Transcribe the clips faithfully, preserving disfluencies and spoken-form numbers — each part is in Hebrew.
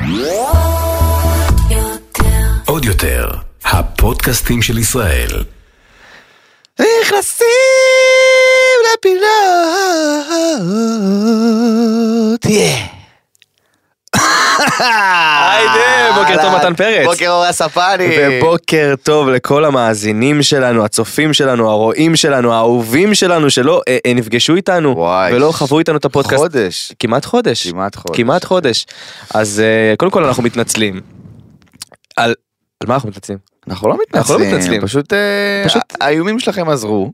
עוד יותר, הפודקאסטים של ישראל. נכנסים לפינות. היידה, בוקר טוב מתן פרץ. בוקר אור הספני. ובוקר טוב לכל המאזינים שלנו, הצופים שלנו, הרואים שלנו, האהובים שלנו, שלא אה, אה, נפגשו איתנו, וואי, ולא חברו איתנו את הפודקאסט. חודש. כמעט חודש. כמעט חודש. כמעט חודש. אז אה, קודם כל אנחנו מתנצלים. על, על מה אנחנו מתנצלים? אנחנו לא מתנצלים. אנחנו לא מתנצלים. פשוט, פשוט... האיומים שלכם עזרו.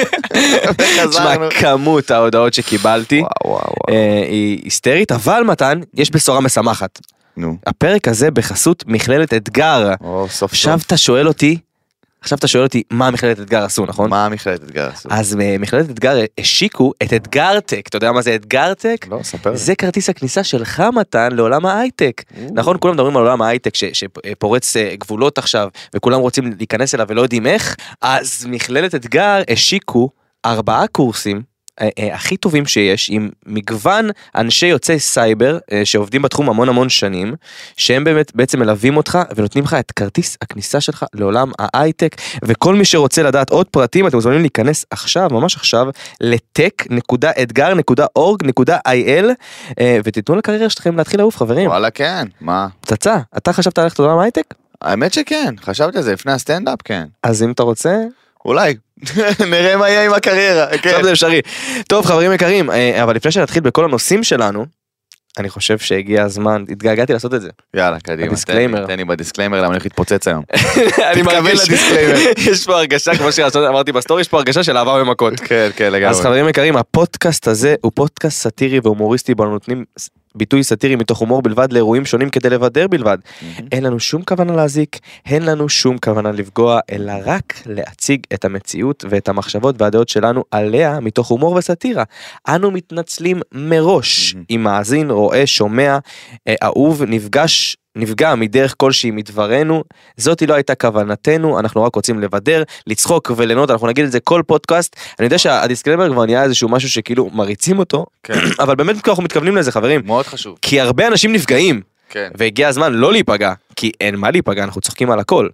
תשמע, כמות ההודעות שקיבלתי וואו, וואו, וואו. אה, היא היסטרית, אבל מתן, יש בשורה משמחת. נו. הפרק הזה בחסות מכללת אתגר. או, סוף עכשיו סוף. אתה שואל אותי, עכשיו אתה שואל אותי מה מכללת אתגר עשו, נכון? מה המכללת אתגר עשו? אז מכללת אתגר השיקו את אתגרטק. אתה יודע מה זה אתגרטק? לא, ספר. זה כרטיס הכניסה שלך מתן לעולם ההייטק. נכון, כולם מדברים על עולם ההייטק ש- שפורץ אה, גבולות עכשיו, וכולם רוצים להיכנס אליו ולא יודעים איך. אז מכללת אתגר השיקו ארבעה קורסים אה, אה, הכי טובים שיש, עם מגוון אנשי יוצאי סייבר אה, שעובדים בתחום המון המון שנים, שהם באמת בעצם מלווים אותך ונותנים לך את כרטיס הכניסה שלך לעולם ההייטק. וכל מי שרוצה לדעת עוד פרטים, אתם מוזמנים להיכנס עכשיו, ממש עכשיו, לטק נקודה אתגר נקודה אורג נקודה איי אל, אה, ותיתנו לקריירה שלכם להתחיל לעוף, חברים. וואלה, כן. מה? פצצה, אתה חשבת ללכת לעולם ההייטק? האמת שכן. חשבתי על זה לפני הסטנדאפ, כן. אז אם אתה רוצה... אולי. נראה מה יהיה עם הקריירה. עכשיו זה אפשרי. טוב, חברים יקרים, אה, אבל לפני שנתחיל בכל הנושאים שלנו, אני חושב שהגיע הזמן, התגעגעתי לעשות את זה. יאללה, קדימה. הדיסקליימר. תן לי בדיסקליימר, למה אני הולך להתפוצץ היום. אני תתכוון מרגיש, לדיסקליימר. יש פה הרגשה, כמו שאמרתי בסטורי, יש פה הרגשה של אהבה ומכות. כן, כן, לגמרי. אז חברים יקרים, הפודקאסט הזה הוא פודקאסט סאטירי והומוריסטי, בו נותנים ביטוי סאטירי מתוך הומור בלבד לאירועים שונים כדי לבדר בלבד. אין לנו שום כוונה להזיק, אין לנו שום כוונה לפגוע, אלא רק להציג את המציאות ואת המחשבות והדעות שלנו עליה מתוך הומור וסאטירה. אנו מתנצלים מראש אם מאזין, רואה, שומע, אה, אהוב, נפגש, נפגע מדרך כלשהי מדברנו. זאת לא הייתה כוונתנו, אנחנו רק רוצים לבדר, לצחוק וליהנות, אנחנו נגיד את זה כל פודקאסט. אני יודע שהדיסקליימר כבר נהיה איזשהו משהו שכאילו מריצים אותו, כן. אבל באמת אנחנו מתכוונים לזה, חברים. מאוד חשוב. כי הרבה אנשים נפגעים, כן. והגיע הזמן לא להיפגע, כי אין מה להיפגע, אנחנו צוחקים על הכל.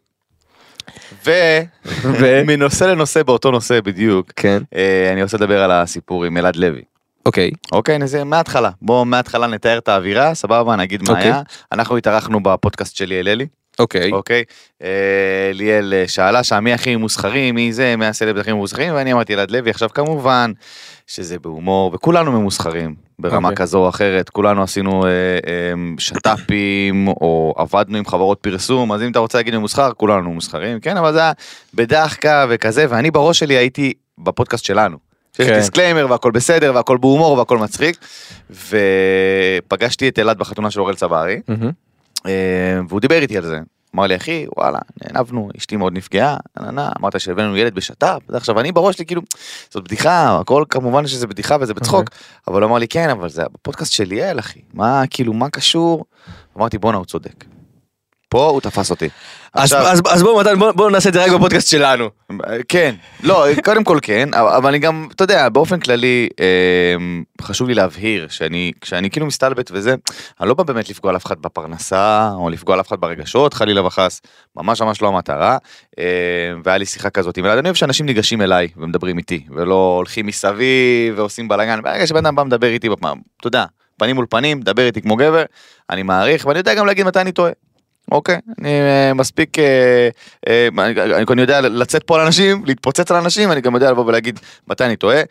ו... ו- מנושא לנושא באותו נושא בדיוק, כן, אה, אני רוצה לדבר על הסיפור עם אלעד לוי. אוקיי. אוקיי, נזה מההתחלה. בואו מההתחלה נתאר את האווירה, סבבה, נגיד מה אוקיי. היה. אנחנו התארחנו בפודקאסט של ליאל אלי. אוקיי. אוקיי. אה, ליאל אה, שאלה שם מי הכי מוסחרים, מי זה, מי הסלב הכי מוסחרים, ואני אמרתי אלעד לוי. עכשיו כמובן שזה בהומור, וכולנו ממוסחרים ברמה אוקיי. כזו או אחרת. כולנו עשינו אה, אה, שטאפים, או עבדנו עם חברות פרסום, אז אם אתה רוצה להגיד ממוסחר, כולנו ממוסחרים, כן, אבל זה היה בדחקה וכזה, ואני בראש שלי הייתי בפודקאסט שלנו. שיש כן. דיסקליימר והכל בסדר והכל בהומור והכל מצחיק, ופגשתי את אלעד בחתונה של אורל צברי, מהמם. והוא דיבר איתי על זה. אמר לי, אחי, וואלה, נענבנו, אשתי מאוד נפגעה, ננה, אמרת שהבאנו ילד בשטאפ, עכשיו אני בראש לי כאילו, זאת בדיחה, הכל כמובן שזה בדיחה וזה בצחוק, אבל הוא אמר לי, כן, אבל זה בפודקאסט של ליאל, אחי, מה, כאילו, מה קשור? אמרתי, בואנה, הוא צודק. פה הוא תפס אותי. אז, עכשיו- אז, אז בואו מתן, בואו בוא נעשה את זה רק בפודקאסט שלנו. כן, לא, קודם כל כן, אבל אני גם, אתה יודע, באופן כללי, חשוב לי להבהיר, שאני, כשאני כאילו מסתלבט וזה, אני לא בא באמת לפגוע לאף אחד בפרנסה, או לפגוע לאף אחד ברגשות, חלילה וחס, ממש ממש לא המטרה, והיה לי שיחה כזאת, אבל אני אוהב שאנשים ניגשים אליי ומדברים איתי, ולא הולכים מסביב ועושים בלגן, ברגע שבן אדם בא מדבר איתי בפעם, אתה יודע, פנים מול פנים, דבר איתי כמו גבר, אני מעריך, ואני יודע גם להגיד מתי אני טועה. אוקיי, אני מספיק, אני יודע לצאת פה על אנשים, להתפוצץ על אנשים, אני גם יודע לבוא ולהגיד מתי אני טועה,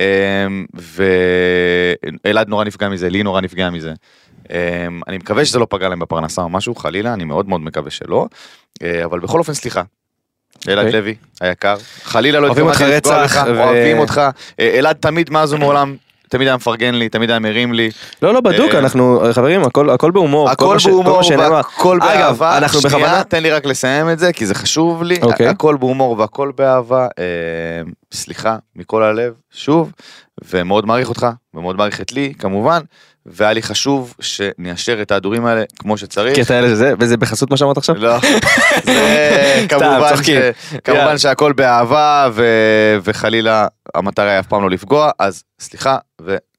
ואלעד נורא נפגע מזה, לי נורא נפגע מזה. אני מקווה שזה לא פגע להם בפרנסה או משהו, חלילה, אני מאוד מאוד מקווה שלא, אבל בכל אופן סליחה. אלעד לוי, היקר, חלילה לא אוהבים אותך רצח, אוהבים אותך, אלעד תמיד מאז ומעולם, תמיד היה מפרגן לי, תמיד היה מרים לי. לא, לא, בדוק, אנחנו, חברים, הכל, הכל בהומור. הכל בהומור והכל באהבה. אנחנו שנייה, בכוונה... תן לי רק לסיים את זה, כי זה חשוב לי. אוקיי. הכל בהומור והכל באהבה. סליחה, מכל הלב, שוב, ומאוד מעריך אותך, ומאוד מעריך את לי, כמובן, והיה לי חשוב שניישר את ההדורים האלה כמו שצריך. כי אתה האלה שזה, וזה בחסות מה שאמרת עכשיו? לא, זה כמובן, ש... כמובן שהכל באהבה, ו... וחלילה המטרה היא אף פעם לא לפגוע, אז סליחה, ו...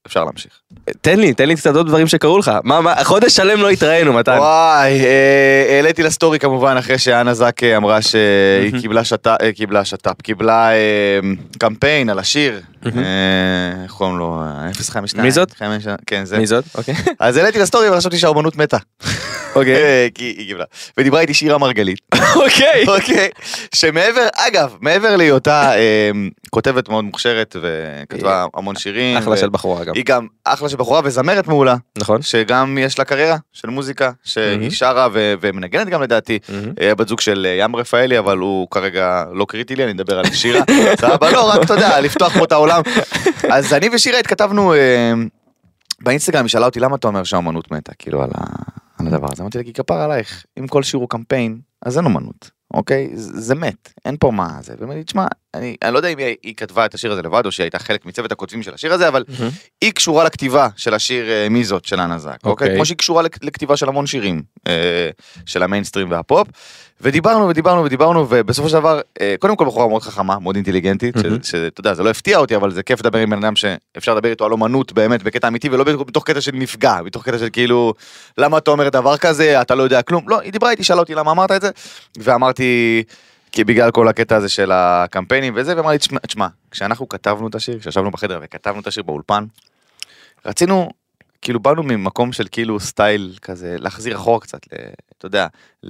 אפשר להמשיך. תן לי, תן לי קצת עוד דברים שקרו לך. מה, מה, חודש שלם לא התראינו, מתן. וואי, אה, העליתי לסטורי כמובן, אחרי שאנה זק אמרה שהיא קיבלה שת"פ, קיבלה שת"פ, קיבלה אה, קמפיין על השיר. אה, איך קוראים לו? אפס חמש שתיים. מי זאת? כן, זה. מי זאת? אוקיי. אז העליתי לסטורי וחשבתי שהאומנות מתה. אוקיי. כי היא קיבלה. ודיברה איתי שירה מרגלית. אוקיי. אוקיי. שמעבר, אגב, מעבר להיותה אה, כותבת מאוד מוכשרת וכתבה המון שירים. אחלה של בחורה גם. היא גם אחלה של בחורה וזמרת מעולה. נכון. שגם יש לה קריירה של מוזיקה, שהיא שרה ו- ומנגנת גם לדעתי. בת זוג של ים רפאלי, אבל הוא כרגע לא קריטי לי, אני מדבר על שירה. סבבה, לא, רק אתה יודע, לפתוח פה את העולם. אז אני ושירה התכתבנו אה, באינסטגרם, היא שאלה אותי למה אתה אומר שהאמנות מתה, כאילו על, ה- על הדבר הזה. אמרתי לה, כי כפר עלייך, אם כל שיר הוא קמפיין, אז אין אמנות. אוקיי? זה, זה מת, אין פה מה זה. ואומרים, תשמע, אני, אני לא יודע אם היא, היא כתבה את השיר הזה לבד, או שהיא הייתה חלק מצוות הכותבים של השיר הזה, אבל mm-hmm. היא קשורה לכתיבה של השיר uh, מי זאת של אנה זק, אוקיי? אוקיי? כמו שהיא קשורה לכתיבה של המון שירים, uh, של המיינסטרים והפופ, ודיברנו ודיברנו ודיברנו, ובסופו של דבר, uh, קודם כל בחורה מאוד חכמה, מאוד אינטליגנטית, mm-hmm. שאתה יודע, זה לא הפתיע אותי, אבל זה כיף לדבר עם בן אדם שאפשר לדבר איתו על אומנות באמת בקטע אמיתי, ולא בתוך קטע של נפגע, בתוך קטע של כאילו, למה אתה אומר דבר כזה, אתה לא יודע כלום, לא, היא דיברה איתי, שאלה אותי למה אמרת את זה, ואמרתי, כי בגלל כל הקטע הזה של הקמפיינים וזה, ואמר לי, תשמע, כשאנחנו כתבנו את השיר, כשישבנו בחדר וכתבנו את השיר באולפן, רצינו, כאילו באנו ממקום של כאילו סטייל כזה, להחזיר אחורה קצת, אתה יודע,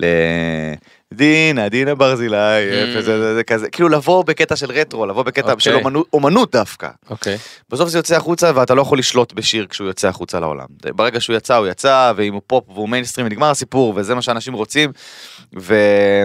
לדינה, דינה ברזילי, זה כזה, כאילו לבוא בקטע של רטרו, לבוא בקטע של אומנות דווקא. בסוף זה יוצא החוצה, ואתה לא יכול לשלוט בשיר כשהוא יוצא החוצה לעולם. ברגע שהוא יצא, הוא יצא, ואם הוא פופ והוא מיינסטרים, ונגמר הסיפור, וזה מה שאנשים רוצים, ו...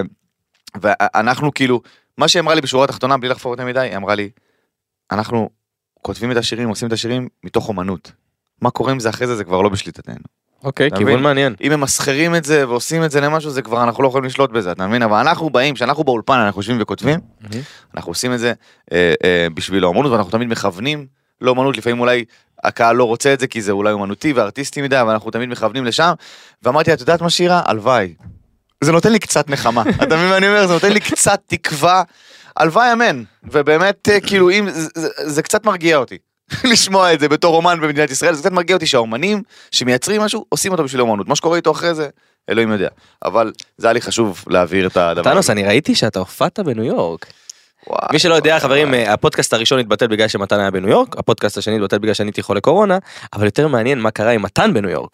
ואנחנו כאילו, מה שהיא אמרה לי בשורה התחתונה, בלי לחפור יותר מדי, היא אמרה לי, אנחנו כותבים את השירים, עושים את השירים מתוך אומנות. מה קורה עם זה אחרי זה, זה כבר לא בשליטתנו. אוקיי, כיוון מעניין. אם הם מסחרים את זה ועושים את זה למשהו, זה כבר אנחנו לא יכולים לשלוט בזה, אתה מבין? אבל אנחנו באים, כשאנחנו באולפן, אנחנו יושבים וכותבים, אנחנו עושים את זה בשביל האומנות, ואנחנו תמיד מכוונים לאומנות, לפעמים אולי הקהל לא רוצה את זה, כי זה אולי אומנותי וארטיסטי מדי, אבל אנחנו תמיד מכוונים לשם, ואמרתי, את יודעת מה שירה? הלוואי. זה נותן לי קצת נחמה, אתה מבין מה אני אומר? זה נותן לי קצת תקווה, הלוואי אמן, ובאמת כאילו אם, זה, זה, זה קצת מרגיע אותי, לשמוע את זה בתור אומן במדינת ישראל, זה קצת מרגיע אותי שהאומנים שמייצרים משהו, עושים אותו בשביל האומנות, מה שקורה איתו אחרי זה, אלוהים יודע, אבל זה היה לי חשוב להעביר את הדבר. תנוס, אני ראיתי שאתה הופעת בניו יורק. מי שלא יודע, חברים, הפודקאסט הראשון התבטל בגלל שמתן היה בניו יורק, הפודקאסט השני התבטל בגלל שאני הייתי חולה קורונה, אבל יותר מעניין מה קרה עם מתן בניו יורק.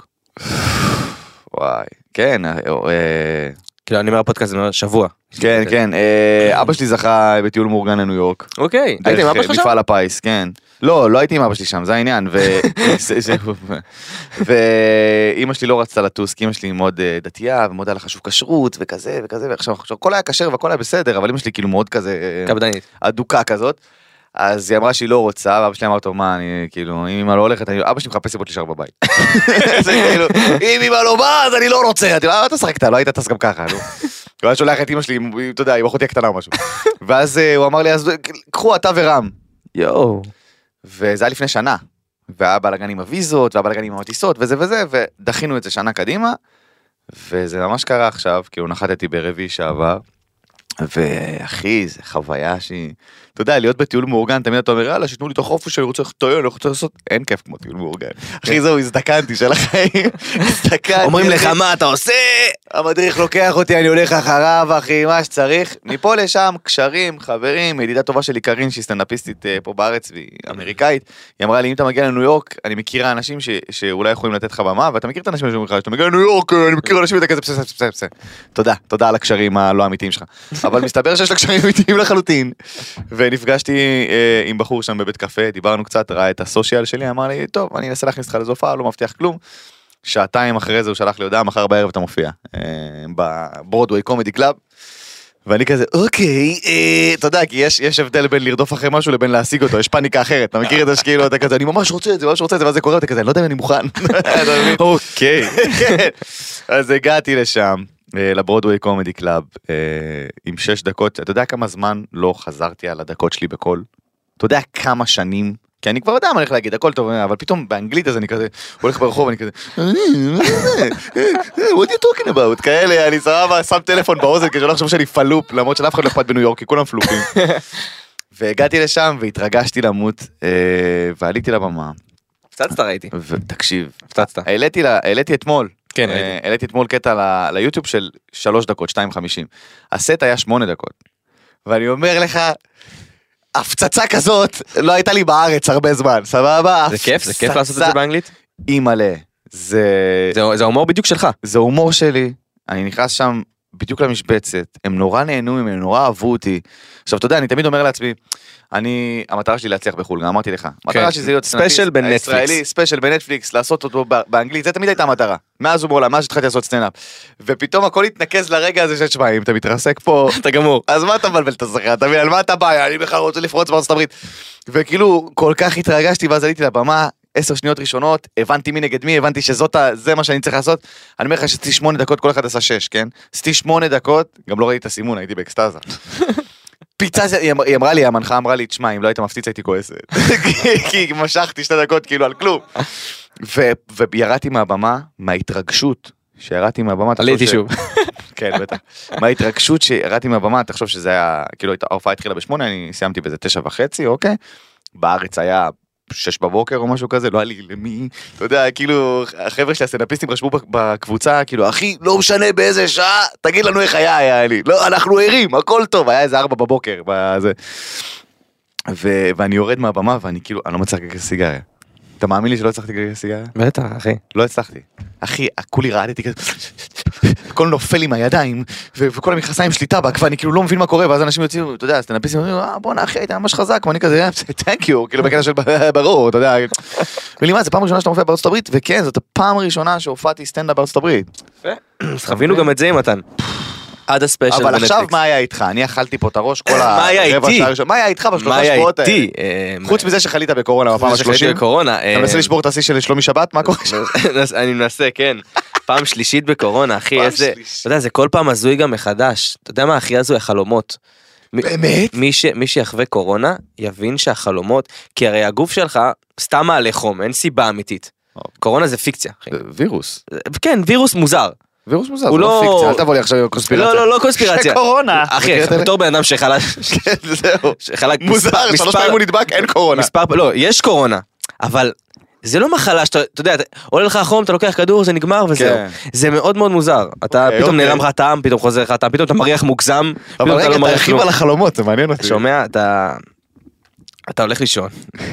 וואי, כן, כאילו אני אומר הפודקאסט זה שבוע. כן, כן, אבא שלי זכה בטיול מאורגן לניו יורק. אוקיי, הייתי עם אבא שלך שם? מפעל הפיס, כן. לא, לא הייתי עם אבא שלי שם, זה העניין. ואימא שלי לא רצתה לטוס, כי אימא שלי מאוד דתייה, ומאוד היה לה חשוב כשרות, וכזה וכזה, ועכשיו הכל היה כשר והכל היה בסדר, אבל אימא שלי כאילו מאוד כזה, קפדנית. אדוקה כזאת. אז היא אמרה שהיא לא רוצה, ואבא שלי אמר אותו, מה, אני כאילו, אם אמא לא הולכת, אבא שלי מחפש סיבות להישאר בבית. זה כאילו, אם אמא לא בא, אז אני לא רוצה. אתה לא תשחק, אתה לא היית טס גם ככה, נו. הוא היה שולח את אמא שלי, אתה יודע, עם אחותי הקטנה או משהו. ואז הוא אמר לי, אז קחו אתה ורם. יואו. וזה היה לפני שנה. והיה בלגן עם הוויזות, והיה בלגן עם המטיסות, וזה וזה, ודחינו את זה שנה קדימה. וזה ממש קרה עכשיו, כאילו נחתתי ברביעי שעבר. ואחי, זה חוויה שהיא, אתה יודע, להיות בטיול מאורגן, תמיד אתה אומר, יאללה, שיתנו לי את החופש שאני רוצה לטייל, אני רוצה לעשות, אין כיף כמו טיול מאורגן. אחי, זהו, הזדקנתי של החיים, הזדקנתי. אומרים לך, מה אתה עושה? המדריך לוקח אותי, אני הולך אחריו, אחי, מה שצריך. מפה לשם, קשרים, חברים, ידידה טובה שלי, קרין, שהיא סטנדאפיסטית פה בארץ, והיא אמריקאית, היא אמרה לי, אם אתה מגיע לניו יורק, אני מכירה אנשים שאולי יכולים לתת לך במה, ואתה מכיר את האנשים שאומרים לך, שאתה מגיע לניו יורק, אני מכיר אנשים שאתה כזה, בסדר, בסדר, בסדר. תודה, תודה על הקשרים הלא אמיתיים שלך. אבל מסתבר שיש לה קשרים אמיתיים לחלוטין. ונפגשתי אה, עם בחור שם בבית קפה, דיברנו קצת, ראה את הסושיאל שלי, אמר לי, טוב, אני אנסה להכניס לך לזופה, לא מבטיח כלום. שעתיים אחרי זה הוא שלח לי הודעה, מחר בערב אתה מופיע, אה, בברודווי קומדי קלאב. ואני כזה, אוקיי, אה, אתה יודע, כי יש, יש הבדל בין לרדוף אחרי משהו לבין להשיג אותו, יש פאניקה אחרת, אתה מכיר את זה שכאילו, אתה כזה, אני ממש רוצה את זה, ממש רוצה את זה, ואז זה קורה, אתה כזה, אני לא יודע אם אני מוכן. אוקיי. אז הגעתי לשם. לברודווי קומדי קלאב, עם שש דקות, אתה יודע כמה זמן לא חזרתי על הדקות שלי בכל? אתה יודע כמה שנים? כי אני כבר יודע מה אני הולך להגיד, הכל טוב, אבל פתאום באנגלית אז אני כזה, הולך ברחוב, אני כזה, what are you talking about? כאלה, אני סבבה, שם טלפון באוזן, כשאני לא חושב שאני פלופ, למרות שלאף אחד לא אכפת בניו יורק, כי כולם פלופים. והגעתי לשם והתרגשתי למות, ועליתי לבמה, הפצצת ראיתי. ותקשיב, הפצצת. העליתי לה- העליתי אתמול, כן, אה, ראיתי. העליתי אתמול קטע ל- ליוטיוב של שלוש דקות, שתיים חמישים. הסט היה שמונה דקות. ואני אומר לך, הפצצה כזאת לא הייתה לי בארץ הרבה זמן, סבבה? זה כיף, זה כיף לעשות את זה באנגלית? אימא'לה, זה... זה זה הומור בדיוק שלך. זה הומור שלי, אני נכנס שם בדיוק למשבצת, הם נורא נהנו ממנו, נורא אהבו אותי. עכשיו, אתה יודע, אני תמיד אומר לעצמי, אני, המטרה שלי להצליח בחו"ל, גם אמרתי לך. המטרה שלי זה להיות ספיישל בנטפליקס. ישראלי, ספיישל בנטפליקס, לעשות אותו באנגלית, זה תמיד הייתה המטרה. מאז ומעולם, מאז שהתחלתי לעשות סטנדאפ. ופתאום הכל התנקז לרגע הזה של תשמע, אם אתה מתרסק פה, אתה גמור. אז מה אתה מבלבל את השכל? אתה מבין, על מה אתה בא? אני בכלל רוצה לפרוץ בארצות הברית. וכאילו, כל כך התרגשתי, ואז עליתי לבמה, עשר שניות ראשונות, הבנתי מי נגד מי, הבנתי שזאת, ה- זה מה שאני צריך לעשות. אני אומר לך שעשיתי שמונה דקות, כל אחד עשה שש, כן? עשיתי שמונה דקות, גם לא ראיתי את הסימון, הייתי באקסטאזה. פיצה, היא אמ- היא אמרה לי, המנחה אמרה לי, תשמע, אם לא היית מפציץ הייתי כועסת. כי משכתי שתי דקות כאילו על כלום. ו- וירדתי מהבמה, מההתרגשות שירדתי מהבמה, תחשוב עליתי ש- שוב. כן, בטח. מההתרגשות שירדתי מהבמה, תחשוב שזה היה, כאילו ההופעה התחילה בשמונה, אני סיימתי בזה תשע וחצי, אוקיי? בארץ היה שש בבוקר או משהו כזה, לא היה לי למי, אתה יודע, כאילו, החבר'ה של הסטנדאפיסטים רשמו בקבוצה, כאילו, אחי, לא משנה באיזה שעה, תגיד לנו איך היה, היה לי. לא, אנחנו ערים, הכל טוב, היה איזה ארבע בבוקר, בזה. ו- ואני יורד מהבמה, ואני כאילו, אני לא מצליח לגגל סיגריה. אתה מאמין לי שלא הצלחתי לגגל סיגריה? בטח, אחי. לא הצלחתי. אחי, כולי רעדתי כזה, הכל נופל עם הידיים, ו- וכל המכנסיים שלי טבק, ואני כאילו לא מבין מה קורה, ואז אנשים יוצאים, אתה יודע, סטנדאפיסטים אומרים, אה, בוא'נה אחי, היית ממש חזק, ואני כזה, thank you, כאילו בקטע של ברור, אתה יודע. ולי מה, זה פעם ראשונה שאתה מופיע בארצות הברית, וכן, זאת הפעם הראשונה שהופעתי סטנדאפ בארצות הברית. אז חווינו גם את זה עם מתן. עד הספיישל אבל בנטפליקס. עכשיו מה היה איתך? אני אכלתי פה את הראש כל מה היה הרבע איתי? שעה הראשונה. מה היה איתך מה בשלושה היה שבועות האלה? איתי? חוץ מזה שחלית בקורונה בפעם השלושים, בקורונה. אתה מנסה לשבור את השיא של שלומי שבת? מה קורה? אני מנסה, כן. פעם שלישית בקורונה, אחי, פעם איזה... שלישית. אתה יודע, זה כל פעם הזוי גם מחדש. אתה יודע מה הכי הזוי? החלומות. מ- באמת? מי ש- מי שיחווה קורונה, יבין שהחלומות, כי הרי הגוף שלך סתם מעלה חום, אין סיבה אמיתית. קורונה זה פיקציה, אחי. וירוס. כן, וירוס מוזר. וירוס מוזר, הוא זה לא לא- פיקציה, אל תבוא לי עכשיו עם קונספירציה. לא, לא, לא קונספירציה. שקורונה. אחי, מכיר את אלה? בתור בן אדם שחלה... כן, זהו. שחלה... מוזר, מספר- שלוש מספר- פעמים הוא נדבק, אין קורונה. מספר... לא, יש קורונה, אבל... זה לא מחלה שאתה, אתה יודע, עולה לך החום, אתה לוקח כדור, זה נגמר וזהו. כן. זה מאוד מאוד מוזר. אתה אוקיי, פתאום אוקיי. נעלם לך הטעם, פתאום חוזר לך הטעם, פתאום אתה מריח מוגזם, אבל פתאום אתה רגע, לא מריח תרחיב כלום. על החלומות, זה מעניין אותי. שומע, אתה... אתה הולך לישון.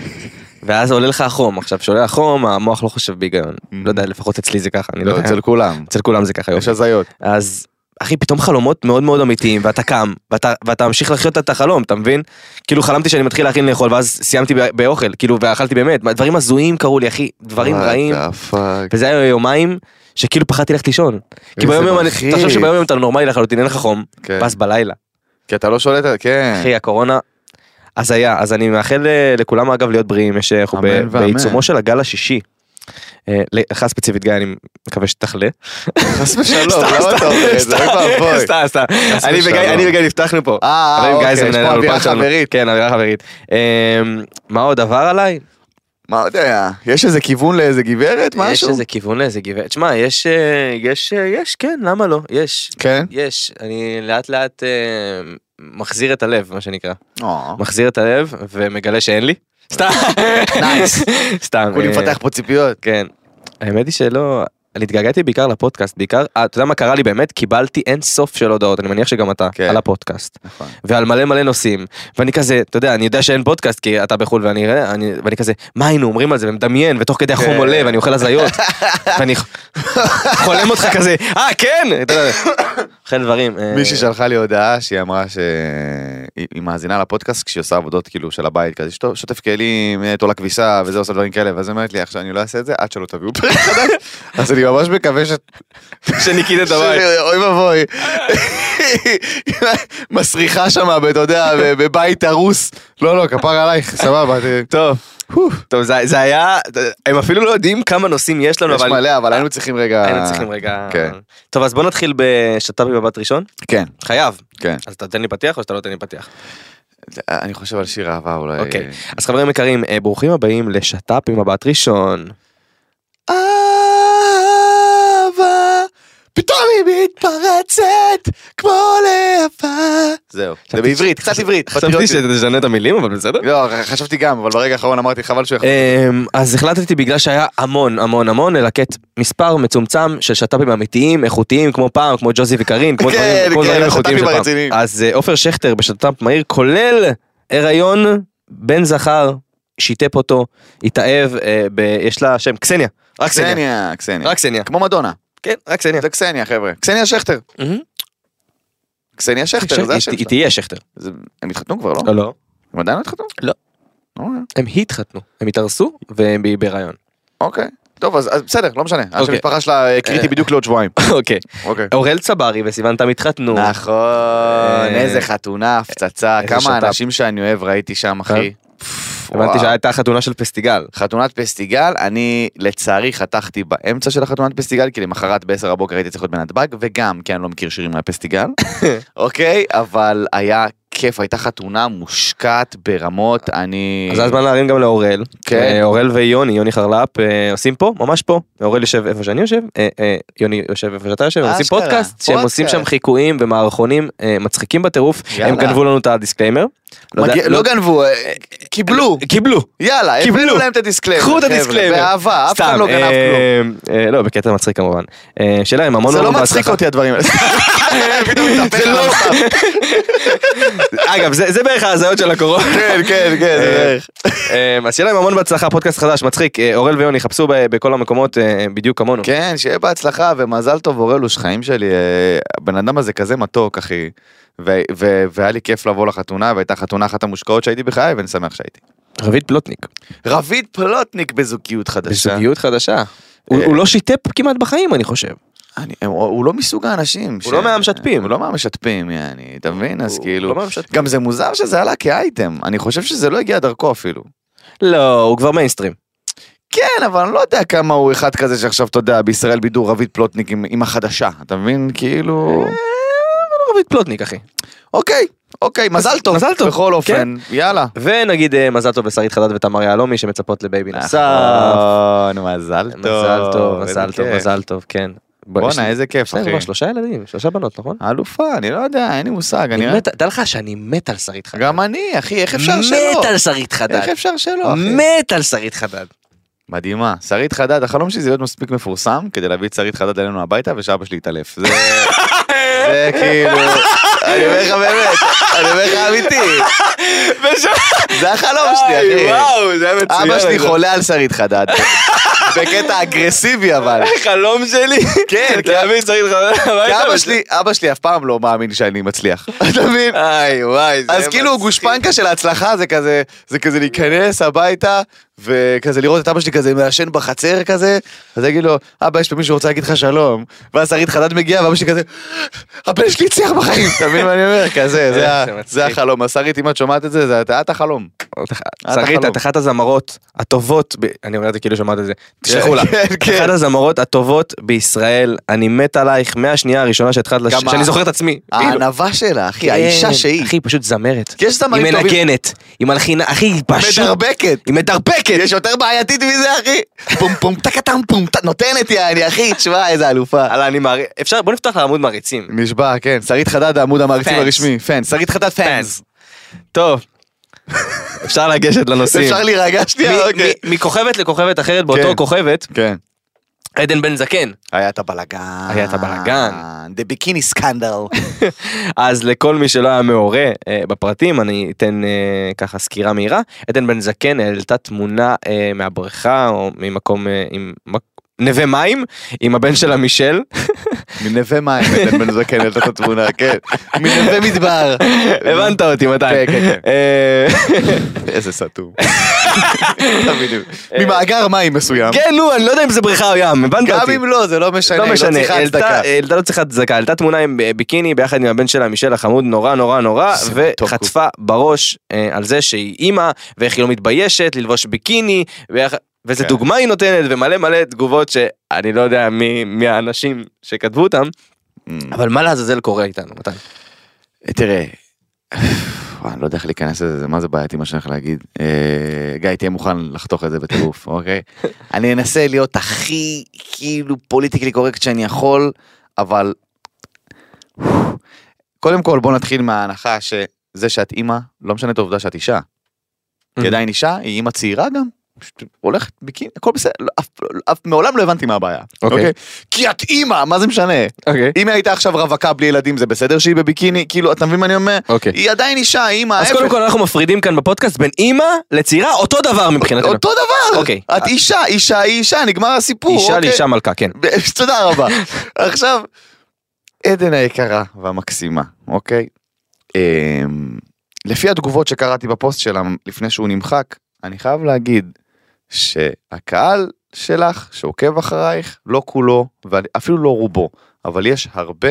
ואז עולה לך החום. עכשיו, כשעולה החום, המוח לא חושב בהיגיון. לא יודע, לפחות אצלי זה ככה, אני לא לא, יודע. אצל כולם. אצל כולם זה ככה. יש הזיות. אז, אחי, פתאום חלומות מאוד מאוד אמיתיים, ואתה קם, ואתה, ואתה ממשיך לחיות את החלום, אתה מבין? כאילו חלמתי שאני מתחיל להכין לאכול, ואז סיימתי ב- באוכל, כאילו, ואכלתי באמת. דברים הזויים קרו לי, אחי, דברים רעים. וזה היה יומיים שכאילו פחדתי ללכת לישון. כי ביום יום, אני- מלחיץ. תחשוב שביום יום אתה נורמלי לחלוטין, אין לך חום, כן. ואז בלילה. כי אתה לא שולט, כן. אחי, הקורונה, אז היה, אז אני מאחל אה, לכולם אגב להיות בריאים, יש אנחנו ב- אמן ואמן. בעיצומו של הגל השישי. אה, לך ספציפית גיא, אני מקווה שתחלה. חס ושלום, למה אתה אומר את זה? אוי ואבוי. סתם, סתם. חס אני ושלום. וגיא, אני וגיא נפתחנו פה. אה, אבל עם גיא אוקיי, זה יש מנהל פה האולפן אווירה שלנו. חברית. כן, אווירה חברית. אה, מה עוד עבר עליי? מה יודע, יש איזה כיוון לאיזה גברת, יש משהו? איזה כיוון לאיזה גברת. תשמע, יש, אה, יש, אה, יש, כן, למה לא? יש. כן? יש. אני לאט לאט אה, מחזיר את הלב, מה שנקרא. או, מחזיר את הלב ומגלה שאין לי. סתם. נייס. סתם. כולי אה, מפתח פה ציפיות. כן. האמת היא שלא, אני התגעגעתי בעיקר לפודקאסט, בעיקר, אה, אתה יודע מה קרה לי באמת? קיבלתי אין סוף של הודעות, אני מניח שגם אתה, כן. על הפודקאסט. נכון. ועל מלא מלא נושאים, ואני כזה, אתה יודע, אני יודע שאין פודקאסט, כי אתה בחול ואני אראה, אני- ואני כזה, מה היינו אומרים על זה, ומדמיין, ותוך כדי החום כן. עולה, ואני אוכל הזיות, ואני חולם אותך כזה, אה, כן! אתה יודע, אוכל דברים. אה, מישהי שלחה לי הודעה שהיא אמרה שהיא מאזינה לפודקאסט כשהיא עושה עבודות כאילו של הבית כזה, שטו- שוטף כלים, תולה כביסה וזה עושה דברים כאלה, ואז היא אומרת לי עכשיו אני לא אעשה את זה עד שלא תביאו פרק חדש, אז אני ממש מקווה ש... שניקית את הבית. אוי ואבוי. מסריחה שמה, אתה יודע, בבית הרוס. לא, לא, כפר עלייך, סבבה. טוב, טוב, זה זה היה, הם אפילו לא יודעים כמה נושאים יש לנו, יש אבל מלא, אבל היינו צריכים רגע... היינו צריכים רגע... כן. טוב, אז בוא נתחיל בשת"פ במבט ראשון. כן, חייב. כן. אז אתה תן לי פתיח או שאתה לא תן לי פתיח? אני חושב על שיר אהבה אולי. אוקיי. אז חברים יקרים, אה, ברוכים הבאים לשת"פ במבט ראשון. אהבה, פתאום היא מתפרצת כמו להבה. זהו, זה בעברית, קצת עברית. חשבתי שתשנה את המילים, אבל בסדר. לא, חשבתי גם, אבל ברגע האחרון אמרתי חבל שהוא יכול. אז החלטתי בגלל שהיה המון המון המון ללקט מספר מצומצם של שטאפים אמיתיים, איכותיים, כמו פעם, כמו ג'וזי וקרין, כמו דברים איכותיים של פעם. אז עופר שכטר בשטאפ מהיר, כולל הריון, בן זכר, שיטפ אותו, התאהב, יש לה שם, קסניה. רק קסניה, קסניה. רק קסניה. כמו מדונה. כן, רק קסניה. זה קסניה, חבר'ה. קסניה שכטר. קסניה שכטר, זה השם. היא תהיה שכטר. הם התחתנו כבר, לא? לא, לא. הם עדיין לא התחתנו? לא. הם התחתנו. הם התארסו והם בהיריון. אוקיי. טוב, אז בסדר, לא משנה. השם המשפחה שלה קריטי בדיוק לעוד שבועיים. אוקיי. אוראל צברי וסיוון תמי התחתנו. נכון, איזה חתונה, הפצצה. כמה אנשים שאני אוהב ראיתי שם, אחי. הבנתי שהייתה חתונה של פסטיגל. חתונת פסטיגל, אני לצערי חתכתי באמצע של החתונת פסטיגל, כי למחרת בעשר הבוקר הייתי צריך להיות בנתב"ג, וגם כי אני לא מכיר שירים מהפסטיגל, אוקיי? אבל היה כיף, הייתה חתונה מושקעת ברמות, אני... אז הזמן להרים גם לאורל. אורל ויוני, יוני חרלאפ, עושים פה, ממש פה. אורל יושב איפה שאני יושב, יוני יושב איפה שאתה יושב, עושים פודקאסט, שהם עושים שם חיקויים ומערכונים מצחיקים בטירוף, הם גנבו לנו את הדיסקליימר. לא גנבו, קיבלו. קיבלו. יאללה, קיבלו להם את הדיסקליימר. קחו את הדיסקליימר. באהבה, אף אחד לא גנב כלום. לא, בקטע מצחיק כמובן. שאלה עם המון... זה לא מצחיק אותי הדברים האלה. זה לא... אגב, זה בערך ההזיות של הקורונה. כן, כן, כן, זה בערך. אז שיהיה להם המון בהצלחה, פודקאסט חדש, מצחיק, אורל ויוני, חפשו בכל המקומות בדיוק כמונו. כן, שיהיה בהצלחה, ומזל טוב, אורל הוא שחיים שלי, הבן אדם הזה כזה מתוק, אחי, והיה לי כיף לבוא לחתונה, והייתה חתונה אחת המושקעות שהייתי בחיי, ואני שמח שהייתי. רביד פלוטניק. רביד פלוטניק בזוגיות חדשה. בזוגיות חדשה. הוא לא שיטפ כמעט בחיים, אני חושב. אני, הוא לא מסוג האנשים. הוא לא מהמשתפים. הוא לא מהמשתפים, יעני, אתה מבין? אז כאילו, גם זה מוזר שזה עלה כאייטם, אני חושב שזה לא הגיע דרכו אפילו. לא, הוא כבר מיינסטרים. כן, אבל אני לא יודע כמה הוא אחד כזה שעכשיו, אתה יודע, בישראל בידור רביד פלוטניק עם החדשה, אתה מבין? כאילו... רביד פלוטניק, אחי. אוקיי. אוקיי, מזל טוב, מזל טוב, בכל אופן, יאללה. ונגיד מזל טוב לשרית חדד ותמר יהלומי שמצפות לבייבי נוסף. נכון, מזל טוב. מזל טוב, מזל טוב, מזל טוב, כן. בוא'נה, איזה כיף, אחי. שלושה ילדים, שלושה בנות, נכון? אלופה, אני לא יודע, אין לי מושג. דע לך שאני מת על שרית חדד. גם אני, אחי, איך אפשר שלא? מת על שרית חדד. איך אפשר שלא, אחי? מת על שרית חדד. מדהימה, שרית חדד, החלום שלי זה להיות מספיק מפורסם כדי להביא את שרית חדד אלינו הביתה ושאבא שלי יתעלף. זה... זה כאילו, אני אומר לך באמת, אני אומר לך אמיתי. זה החלום שלי, אחי. וואו, זה היה מצוין. אבא שלי חולה על שרית חדד. בקטע אגרסיבי אבל. חלום שלי. כן, להביא שרית חדד. כי אבא שלי אף פעם לא מאמין שאני מצליח. אתה מבין? איי, וואי. אז כאילו גושפנקה של ההצלחה זה כזה, זה כזה להיכנס הביתה. וכזה לראות את אבא שלי כזה מעשן בחצר כזה, אז אני אגיד לו, אבא יש פה מישהו רוצה להגיד לך שלום, ואז שרית חדד מגיע, ואבא שלי כזה, הבן שלי הצליח בחיים, אתה מבין מה אני אומר? כזה, זה החלום, השרית, אם את שומעת את זה, זה את החלום. שרית, את אחת הזמרות הטובות, אני אומר את זה כאילו שומעת את זה, תשלחו לה, אחת הזמרות הטובות בישראל, אני מת עלייך מהשנייה הראשונה שהתחלת, שאני זוכר את עצמי. הענווה שלה, אחי, האישה שהיא. אחי, פשוט זמרת. היא מנגנת, היא מלחינה, אחי, היא פשוט. מדרבקת. היא מדרבקת. יש יותר בעייתית מזה, אחי. פום פום טקטם פום, נותנת יעני, אחי, תשמע, איזה אלופה. הלאה, אני מעריץ. אפשר, בוא נפתח לעמוד מעריצים. נשבע, כן. שרית חדד, העמוד המעריצים הרשמי. פאנס. שרית חדד, פאנס. טוב. אפשר לגשת לנושאים. אפשר להירגע שנייה, אוקיי. מכוכבת לכוכבת אחרת, באותו כוכבת. כן. עדן בן זקן. היה את הבלגן. היה את הבלגן. The bikini scandal. אז לכל מי שלא היה מעורה בפרטים, אני אתן ככה סקירה מהירה. עדן בן זקן העלתה תמונה מהבריכה, או ממקום עם נווה מים, עם הבן שלה מישל. מנווה מים, עדן בן זקן העלתה את התמונה, כן. מנווה מדבר. הבנת אותי מתי. כן, כן, כן. איזה סתום. ממאגר מים מסוים. כן, נו, אני לא יודע אם זה בריכה או ים, הבנת אותי. גם אם לא, זה לא משנה, לא משנה, היא לא צריכה הצדקה. העלתה לא צריכה הצדקה, העלתה תמונה עם ביקיני ביחד עם הבן שלה, מישל החמוד, נורא נורא נורא, וחטפה בראש על זה שהיא אימא, ואיך היא לא מתביישת ללבוש ביקיני, וזה דוגמה היא נותנת, ומלא מלא תגובות שאני לא יודע מי האנשים שכתבו אותם, אבל מה לעזאזל קורה איתנו, מתן? תראה, אני לא יודע איך להיכנס לזה, מה זה בעייתי מה שאני הולך להגיד. גיא, תהיה מוכן לחתוך את זה בטירוף, אוקיי? אני אנסה להיות הכי כאילו פוליטיקלי קורקט שאני יכול, אבל קודם כל בוא נתחיל מההנחה שזה שאת אימא, לא משנה את העובדה שאת אישה. היא עדיין אישה, היא אימא צעירה גם, הולכת ביקיני, הכל בסדר, מעולם לא הבנתי מה הבעיה. אוקיי? כי את אימא, מה זה משנה? אם היא הייתה עכשיו רווקה בלי ילדים, זה בסדר שהיא בביקיני? כאילו, אתה מבין מה אני אומר? היא עדיין אישה, אימא. אז קודם כל אנחנו מפרידים כאן בפודקאסט בין אימא לצעירה, אותו דבר מבחינתנו. אותו דבר! את אישה, אישה היא אישה, נגמר הסיפור. אישה לאישה מלכה, כן. תודה רבה. עכשיו, עדן היקרה והמקסימה, אוקיי? לפי התגובות שקראתי בפוסט שלה לפני שהוא נמחק, אני חייב להגיד שהקהל שלך שעוקב אחרייך, לא כולו, ואפילו לא רובו, אבל יש הרבה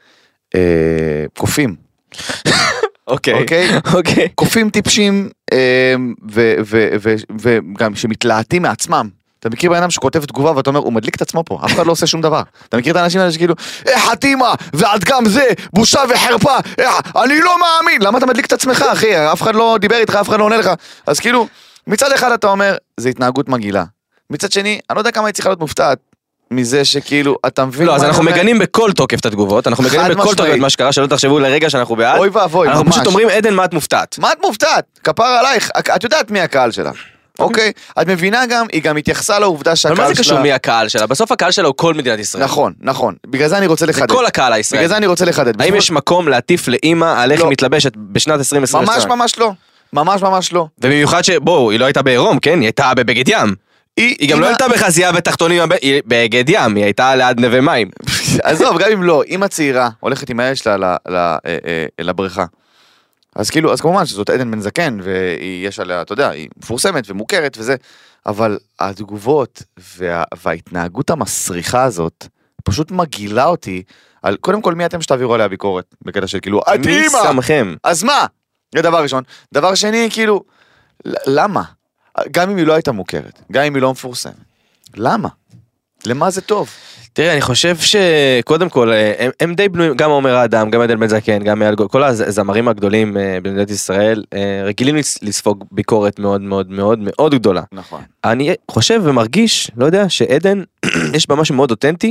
אה, קופים. אוקיי. אוקיי? אוקיי. קופים טיפשים, אה, ו, ו, ו, וגם שמתלהטים מעצמם. אתה מכיר באדם שכותב תגובה ואתה אומר, הוא מדליק את עצמו פה, אף אחד לא עושה שום דבר. אתה מכיר את האנשים האלה שכאילו, איך התימה, ועד גם זה, בושה וחרפה, איך, אני לא מאמין. למה אתה מדליק את עצמך, אחי? אף אחד לא דיבר איתך, אף אחד לא עונה לך. אז כאילו, מצד אחד אתה אומר, זה התנהגות מגעילה. מצד שני, אני לא יודע כמה היא צריכה להיות מופתעת מזה שכאילו, אתה מבין? לא, אז אנחנו מגנים בכל תוקף את התגובות, אנחנו מגנים בכל תוקף את מה שקרה, שלא תחשבו לרגע שאנחנו בעד. אוי ואבוי, ממש. אנחנו פשוט אומרים, עדן, מה את מופתעת? מה את מופתעת? כפר עלייך, את יודעת מי הקהל שלה. אוקיי? את מבינה גם, היא גם התייחסה לעובדה שהקהל שלה... אבל מה זה קשור מי הקהל שלה? בסוף הקהל שלה הוא כל מדינת ישראל. נכון, נכון. בגלל זה אני רוצה לחדד. זה כל הקהל הישראלי. בגלל זה אני רוצה לחדד. האם יש מקום להטיף לאמא על איך היא מתלבשת בשנת עשרים עשרים? ממש ממש לא. ממש ממש לא. ובמיוחד שבואו, היא לא הייתה בעירום, כן? היא הייתה בבגד ים. היא גם לא הייתה בחזייה ותחתונים בבגד ים, היא הייתה ליד נווה מים. עזוב, גם אם לא, אמא צעירה הולכת עם הילד שלה לבריכה. אז כאילו, אז כמובן שזאת עדן בן זקן, ויש עליה, אתה יודע, היא מפורסמת ומוכרת וזה, אבל התגובות וה, וההתנהגות המסריחה הזאת, פשוט מגעילה אותי, על קודם כל מי אתם שתעבירו עליה ביקורת, בקטע של כאילו, את מי אימא! שמכם? אז מה? זה דבר ראשון. דבר שני, כאילו, למה? גם אם היא לא הייתה מוכרת, גם אם היא לא מפורסמת. למה? למה זה טוב? תראה, אני חושב שקודם כל, הם, הם די בנויים, גם עומר האדם, גם עדן בן זקן, גם כל הזמרים הגדולים במדינת ישראל, רגילים לספוג ביקורת מאוד מאוד מאוד מאוד גדולה. נכון. אני חושב ומרגיש, לא יודע, שעדן, יש בה משהו מאוד אותנטי,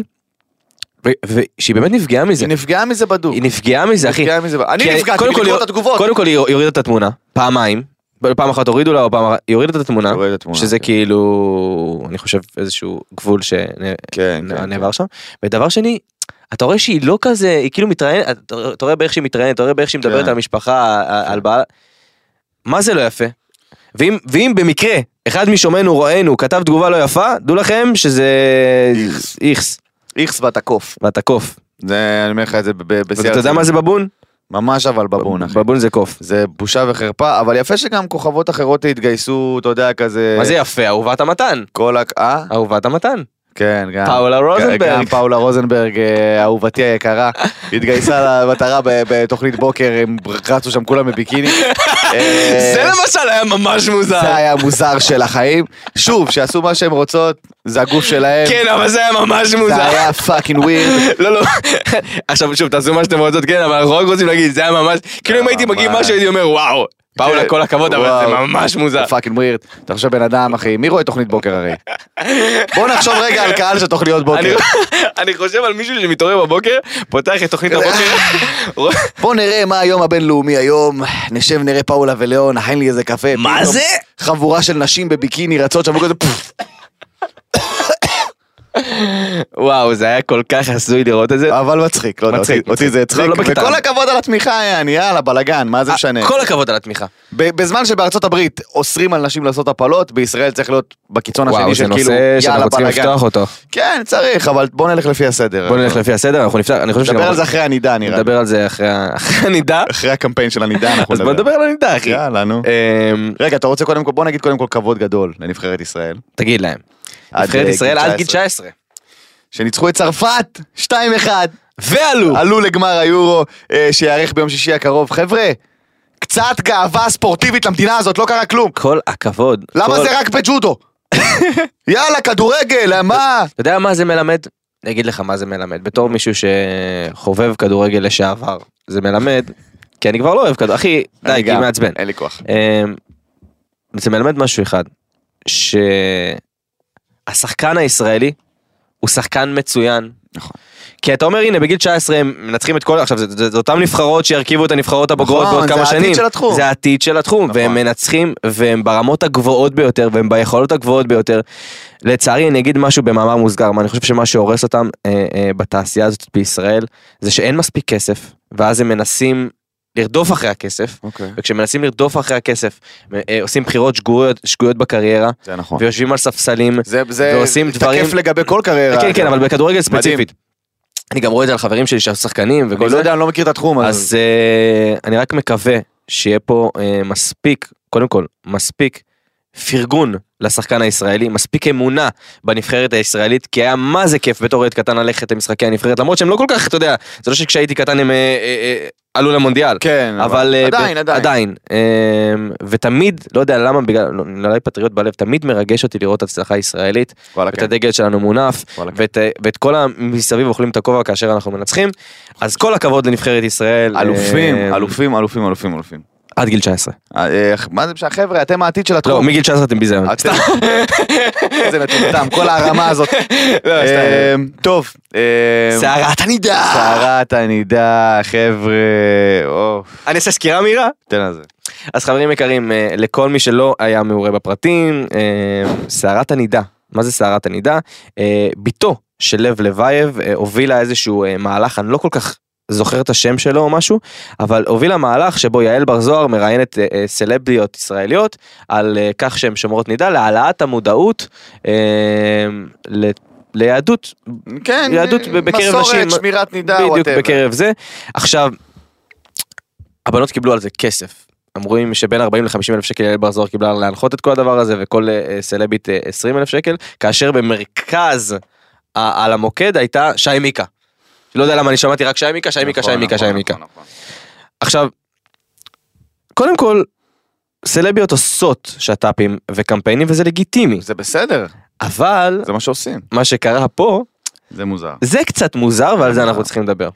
ושהיא באמת נפגעה מזה. היא נפגעה מזה בדוק. היא נפגעה מזה, אחי. אני נפגעתי לקרוא את התגובות. קודם כל היא הורידה את התמונה, פעמיים. פעם אחת הורידו לה, או פעם אחת, היא הורידה את התמונה, שזה כאילו, אני חושב, איזשהו גבול שנעבר שם. ודבר שני, אתה רואה שהיא לא כזה, היא כאילו מתראיינת, אתה רואה באיך שהיא מתראיינת, אתה רואה באיך שהיא מדברת על משפחה, על בעל, מה זה לא יפה? ואם במקרה, אחד משומענו רואינו, כתב תגובה לא יפה, דעו לכם שזה איכס. איכס והתקוף. והתקוף. זה, אני אומר לך את זה בסיירת. אתה יודע מה זה בבון? ממש אבל בבון, אחי. בבון זה קוף. זה בושה וחרפה, אבל יפה שגם כוכבות אחרות התגייסו, אתה יודע, כזה... מה זה יפה? אהובת המתן. כל הק... אה? אהובת המתן. כן, גם... פאולה רוזנברג. גם פאולה רוזנברג, אהובתי היקרה, התגייסה למטרה בתוכנית בוקר, הם רצו שם כולם בביקיני. זה למשל היה ממש מוזר. זה היה מוזר של החיים. שוב, שעשו מה שהם רוצות, זה הגוף שלהם. כן, אבל זה היה ממש מוזר. זה היה פאקינג ווירד. לא, לא. עכשיו שוב, תעשו מה שאתם רוצות, כן, אבל אנחנו רק רוצים להגיד, זה היה ממש... כאילו אם הייתי מגיב משהו, הייתי אומר, וואו. פאולה, כל הכבוד, אבל זה ממש מוזר. פאקינג ווירד. אתה חושב בן אדם, אחי, מי רואה תוכנית בוקר הרי? בוא נחשוב רגע על קהל של תוכניות בוקר. אני חושב על מישהו שמתעורר בבוקר, פותח את תוכנית הבוקר. בוא נראה מה היום הבינלאומי היום, נשב נראה פאולה וליאון, נכין לי איזה קפה. מה זה? חבורה של נשים בביקיני רצות שם כזה פפפ. וואו, זה היה כל כך עשוי לראות את זה. אבל מצחיק, לא יודע, אותי זה הצחיק. וכל הכבוד על התמיכה, יאללה, בלגן, מה זה משנה? כל הכבוד על התמיכה. בזמן שבארצות הברית אוסרים על נשים לעשות הפלות, בישראל צריך להיות בקיצון השני של כאילו, וואו, זה נושא שאנחנו צריכים לפתוח אותו. כן, צריך, אבל בוא נלך לפי הסדר. בוא נלך לפי הסדר, אנחנו נפתח, אני חושב נדבר על זה אחרי הנידה, נראה. נדבר על זה אחרי הנידה. אחרי הקמפיין של הנידה, אנחנו נדבר. אז בוא נדבר על הנידה, אחי. יאללה, נו. רגע, אתה רוצה קודם כל, בוא נגיד קודם כל כבוד גדול לנבחרת ישראל. תגיד להם. נבחרת ישראל עד גיל תשע עשרה. שניצחו את צרפת, שתיים אחד. ועלו. עלו לגמר היורו, שיערך ביום שישי הקרוב. חבר'ה, קצת גאווה ספורטיבית למדינה הזאת, לא קרה כלום. כל הכבוד. למה זה רק בג'ודו? יאללה, כדורגל, מה? אתה יודע מה זה מלמד? אני אגיד לך מה זה מלמד. בתור מישהו שחובב כדורגל לשעבר, זה מלמד, כי אני כבר לא אוהב כדורגל. אחי, די, כי מעצבן. אין לי כוח. זה מלמד משהו אחד, שהשחקן הישראלי, הוא שחקן מצוין, נכון. כי אתה אומר, הנה, בגיל תשע עשרה הם מנצחים את כל, עכשיו, זה, זה, זה אותם נבחרות שירכיבו את הנבחרות הבוגרות נכון, בעוד כמה זה שנים. העתיד של התחום. זה העתיד של התחום, נכון. והם מנצחים, והם ברמות הגבוהות ביותר, והם ביכולות הגבוהות ביותר. לצערי, אני אגיד משהו במאמר מוסגר, מה אני חושב שמה שהורס אותם אה, אה, בתעשייה הזאת בישראל, זה שאין מספיק כסף, ואז הם מנסים לרדוף אחרי הכסף, אוקיי. וכשמנסים לרדוף אחרי הכסף, אה, עושים בחירות שגויות, שגויות בקריירה, זה נכון. ויושבים על ספסלים, זה, זה ועושים דברים... תקף לגבי כל קריירה. כן, כן, אבל בכדורגל מדהים. ספציפית. אני גם רואה את זה על חברים שלי, שחקנים וכל אני זה. לא יודע, אני לא מכיר את התחום. אז uh, אני רק מקווה שיהיה פה uh, מספיק, קודם כל, מספיק פרגון לשחקן הישראלי, מספיק אמונה בנבחרת הישראלית, כי היה מה זה כיף בתור ילד קטן ללכת למשחקי הנבחרת, למרות שהם לא כל כך, אתה יודע, זה לא שכשהייתי קטן הם uh, uh, uh, עלו למונדיאל. כן, אבל, אבל עדיין, ב- עדיין. עדיין. Uh, ותמיד, לא יודע למה, בגלל, לא פטריוט בלב, תמיד מרגש אותי לראות את הצלחה הישראלית, ואת כן. הדגל שלנו מונף, ואת, ואת כל המסביב אוכלים את הכובע כאשר אנחנו מנצחים, אז כל הכבוד לנבחרת ישראל. אלופים, אה, אלופים, אלופים, אלופים, אלופים. עד גיל תשע עשרה. אה, מה זה שהחבר'ה, אתם העתיד של התחום. לא, מגיל תשע עשרה אתם ביזיון. אתם- זה מטומטם, כל הרמה הזאת. אה, טוב. אה, שערת הנידה. שערת הנידה, חבר'ה. או, אני אעשה סקירה מהירה. תן על זה. אז חברים יקרים, אה, לכל מי שלא היה מעורה בפרטים, אה, שערת הנידה. מה זה שערת הנידה? אה, ביתו של לב לוייב אה, הובילה איזשהו אה, מהלך, אני לא כל כך זוכר את השם שלו או משהו, אבל הובילה מהלך שבו יעל בר זוהר מראיינת אה, אה, סלביות ישראליות, על אה, כך שהן שומרות נידה, להעלאת המודעות אה, ל... ליהדות, כן, יהדות בקרב נשים, מסורת, שמירת נידה, בדיוק whatever. בקרב זה. עכשיו, הבנות קיבלו על זה כסף. אמרו שבין ארבעים לחמישים אלף שקל יעל בר זוהר קיבלה להנחות את כל הדבר הזה, וכל אה, סלבית אה, עשרים אלף שקל, כאשר במרכז ה- על המוקד הייתה שי מיקה. לא יודע למה אני שמעתי רק שי מיקה, שי מיקה, שי מיקה, שי מיקה. עכשיו, קודם כל, סלביות עושות שטאפים וקמפיינים, וזה לגיטימי. זה בסדר, אבל, זה מה שעושים. מה שקרה פה, זה מוזר. זה קצת מוזר, ועל זה אנחנו צריכים לדבר.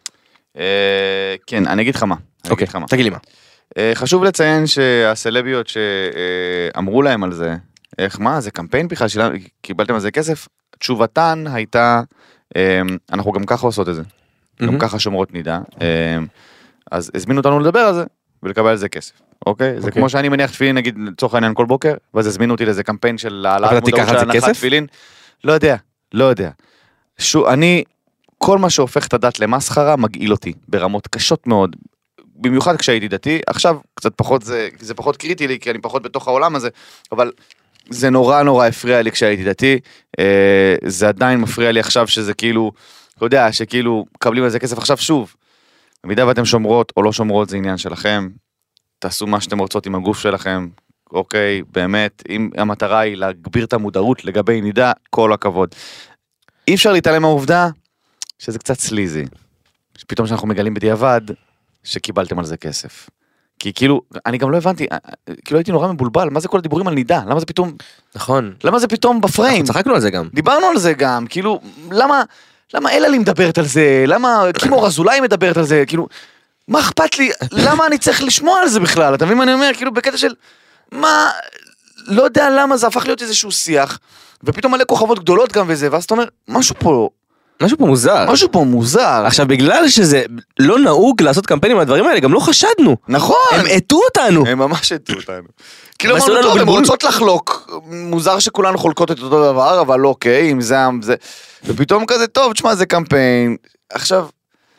אה, כן, אני אגיד לך מה. אני אוקיי, אגיד לך מה. תגיד לי מה. אה, חשוב לציין שהסלביות שאמרו להם על זה, איך מה, זה קמפיין בכלל, שלה- קיבלתם על זה כסף, תשובתן הייתה, אה, אנחנו גם ככה עושות את זה, גם מהמם. ככה שומרות נידה, אה, אז הזמינו אותנו לדבר על זה, ולקבל על זה כסף, אוקיי? זה אוקיי. כמו שאני מניח תפילין, נגיד, לצורך העניין כל בוקר, ואז הזמינו אותי לאיזה קמפיין של העלאת אבל אתה תיקח מודעות על של זה הנחת כסף? תפילין, לא יודע, לא יודע. שו, אני, כל מה שהופך את הדת למסחרה מגעיל אותי, ברמות קשות מאוד, במיוחד כשהייתי דתי, עכשיו קצת פחות זה, זה פחות קריטי לי, כי אני פחות בתוך העולם הזה, אבל זה נורא נורא הפריע לי כשהייתי דתי, אה, זה עדיין מפריע לי עכשיו שזה כאילו, אתה יודע, שכאילו מקבלים על זה כסף עכשיו שוב, במידה ואתם שומרות או לא שומרות זה עניין שלכם, תעשו מה שאתם רוצות עם הגוף שלכם, אוקיי, באמת, אם המטרה היא להגביר את המודעות לגבי נידה, כל הכבוד. אי אפשר להתעלם מהעובדה שזה קצת סליזי, פתאום שאנחנו מגלים בדיעבד, שקיבלתם על זה כסף. כי כאילו, אני גם לא הבנתי, כאילו הייתי נורא מבולבל, מה זה כל הדיבורים על נידה? למה זה פתאום, נכון. למה זה פתאום בפריים? אנחנו צחקנו על זה גם. דיברנו על זה גם, כאילו, למה, למה אלעלי מדברת על זה? למה קימור אזולאי מדברת על זה? כאילו, מה אכפת לי? למה אני צריך לשמוע על זה בכלל? אתה מבין מה אני אומר? כאילו, בקטע של, מה, לא יודע למה זה הפך להיות איזשהו שיח, ופתאום מלא כוכבות גדולות גם וזה, ואז אתה אומר, משהו פה, משהו פה מוזר. משהו פה מוזר. עכשיו, בגלל שזה לא נהוג לעשות קמפיינים על הדברים האלה, גם לא חשדנו. נכון. הם עטו אותנו. הם ממש הטו אותנו. כאילו עשו אמרנו, לנו טוב, הם בלבול. רוצות לחלוק, מוזר שכולנו חולקות את אותו דבר, אבל אוקיי, אם זה, זה, ופתאום כזה, טוב, תשמע, זה קמפיין, עכשיו,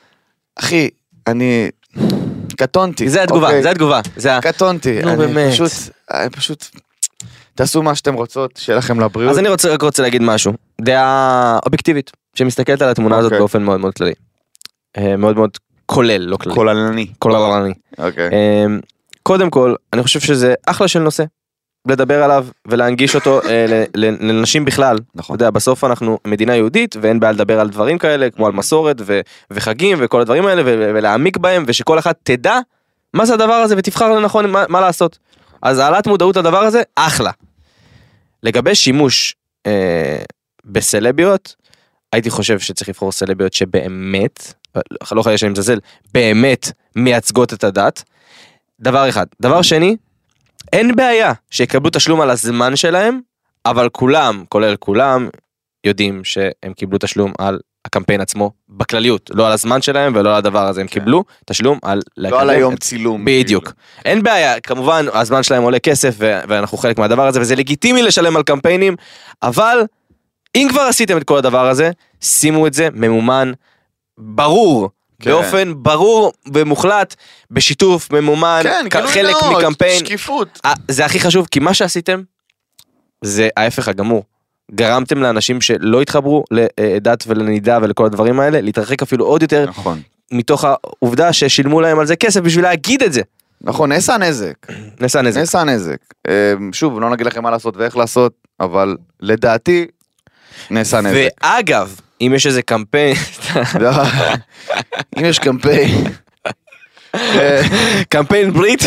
אחי, אני, קטונתי. זה התגובה, אוקיי? זה התגובה. זה ה... קטונתי, נו, אני באמת. פשוט, אני פשוט, תעשו מה שאתם רוצות, שיהיה לכם לבריאות. אז אני רוצה, רק רוצה להגיד משהו. דעה אובייקטיבית, שמסתכלת על התמונה הזאת אוקיי. באופן מאוד מאוד כללי. אה, מאוד מאוד כולל, לא כללי. כוללני. כוללני. אוקיי. אה, קודם כל, אני חושב שזה אחלה של נושא. לדבר עליו ולהנגיש אותו אה, ל- ל- לנשים בכלל. נכון. אתה יודע, בסוף אנחנו מדינה יהודית ואין בעיה לדבר על דברים כאלה, כמו על מסורת ו- וחגים וכל הדברים האלה, ו- ולהעמיק בהם, ושכל אחד תדע מה זה הדבר הזה ותבחר לנכון מה, מה לעשות. אז העלאת מודעות לדבר הזה, אחלה. לגבי שימוש אה, בסלביות, הייתי חושב שצריך לבחור סלביות שבאמת, לא חייב שאני מזלזל, באמת מייצגות את הדת. דבר אחד. דבר שני, אין בעיה שיקבלו תשלום על הזמן שלהם, אבל כולם, כולל כולם, יודעים שהם קיבלו תשלום על הקמפיין עצמו, בכלליות, לא על הזמן שלהם ולא על הדבר הזה, הם קיבלו תשלום על... לא על היום צילום. בדיוק. אין בעיה, כמובן, הזמן שלהם עולה כסף, ואנחנו חלק מהדבר הזה, וזה לגיטימי לשלם על קמפיינים, אבל אם כבר עשיתם את כל הדבר הזה, שימו את זה ממומן, ברור, באופן ברור ומוחלט, בשיתוף, ממומן, חלק מקמפיין. שקיפות. זה הכי חשוב, כי מה שעשיתם, זה ההפך הגמור. גרמתם לאנשים שלא התחברו לדת ולנידה ולכל הדברים האלה, להתרחק אפילו עוד יותר, נכון. מתוך העובדה ששילמו להם על זה כסף בשביל להגיד את זה. נכון, נעשה נזק. נעשה נזק. נעשה נזק. שוב, לא נגיד לכם מה לעשות ואיך לעשות, אבל לדעתי, נעשה נזק. ואגב, אם יש איזה קמפיין... אם יש קמפיין... קמפיין ברית...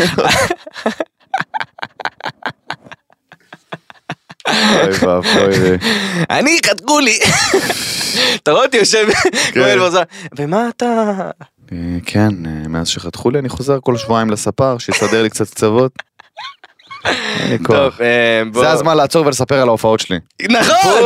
אני חתכו לי. אתה רואה אותי יושב ומה אתה... כן, מאז שחתכו לי אני חוזר כל שבועיים לספר שיסדר לי קצת קצוות. זה הזמן לעצור ולספר על ההופעות שלי. נכון.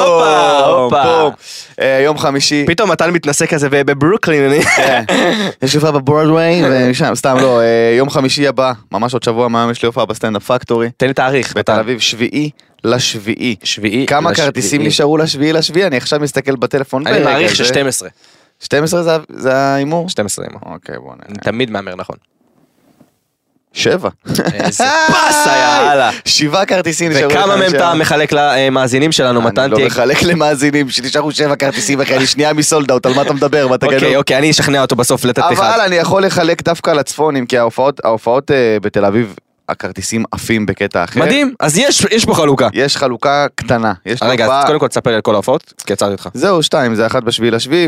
הופה. יום חמישי פתאום מתן מתנסה כזה בברוקלין. יש הופעה בברודוויי ושם סתם לא. יום חמישי הבא ממש עוד שבוע מהיום יש לי הופעה בסטנדאפ פקטורי תן לי תאריך בתל אביב שביעי לשביעי. שביעי. כמה כרטיסים נשארו לשביעי לשביעי? אני עכשיו מסתכל בטלפון. אני מעריך ש-שתים עשרה. שתים עשרה זה האימור? שתים עשרה אימור. אוקיי, בוא נראה. אני תמיד מאמר נכון. שבע. איזה פס היה, הלאה. שבעה כרטיסים נשארו. וכמה מהם אתה מחלק למאזינים שלנו, מתן אני לא מחלק למאזינים, שנשארו שבע כרטיסים אחרי, אני שנייה מסולדאוט, על מה אתה מדבר? אוקיי, אוקיי, אני אשכנע אותו בסוף לתת אחד. אבל אני יכול לחלק דווקא לצפונים, כי ההופעות בתל אביב, הכרטיסים עפים בקטע אחר. מדהים, אז יש, יש פה חלוקה. יש חלוקה קטנה. יש רגע, אז קודם כל תספר לי על כל ההופעות, כי יצרתי אותך. זהו, שתיים, זה אחת בשביעי לשביעי,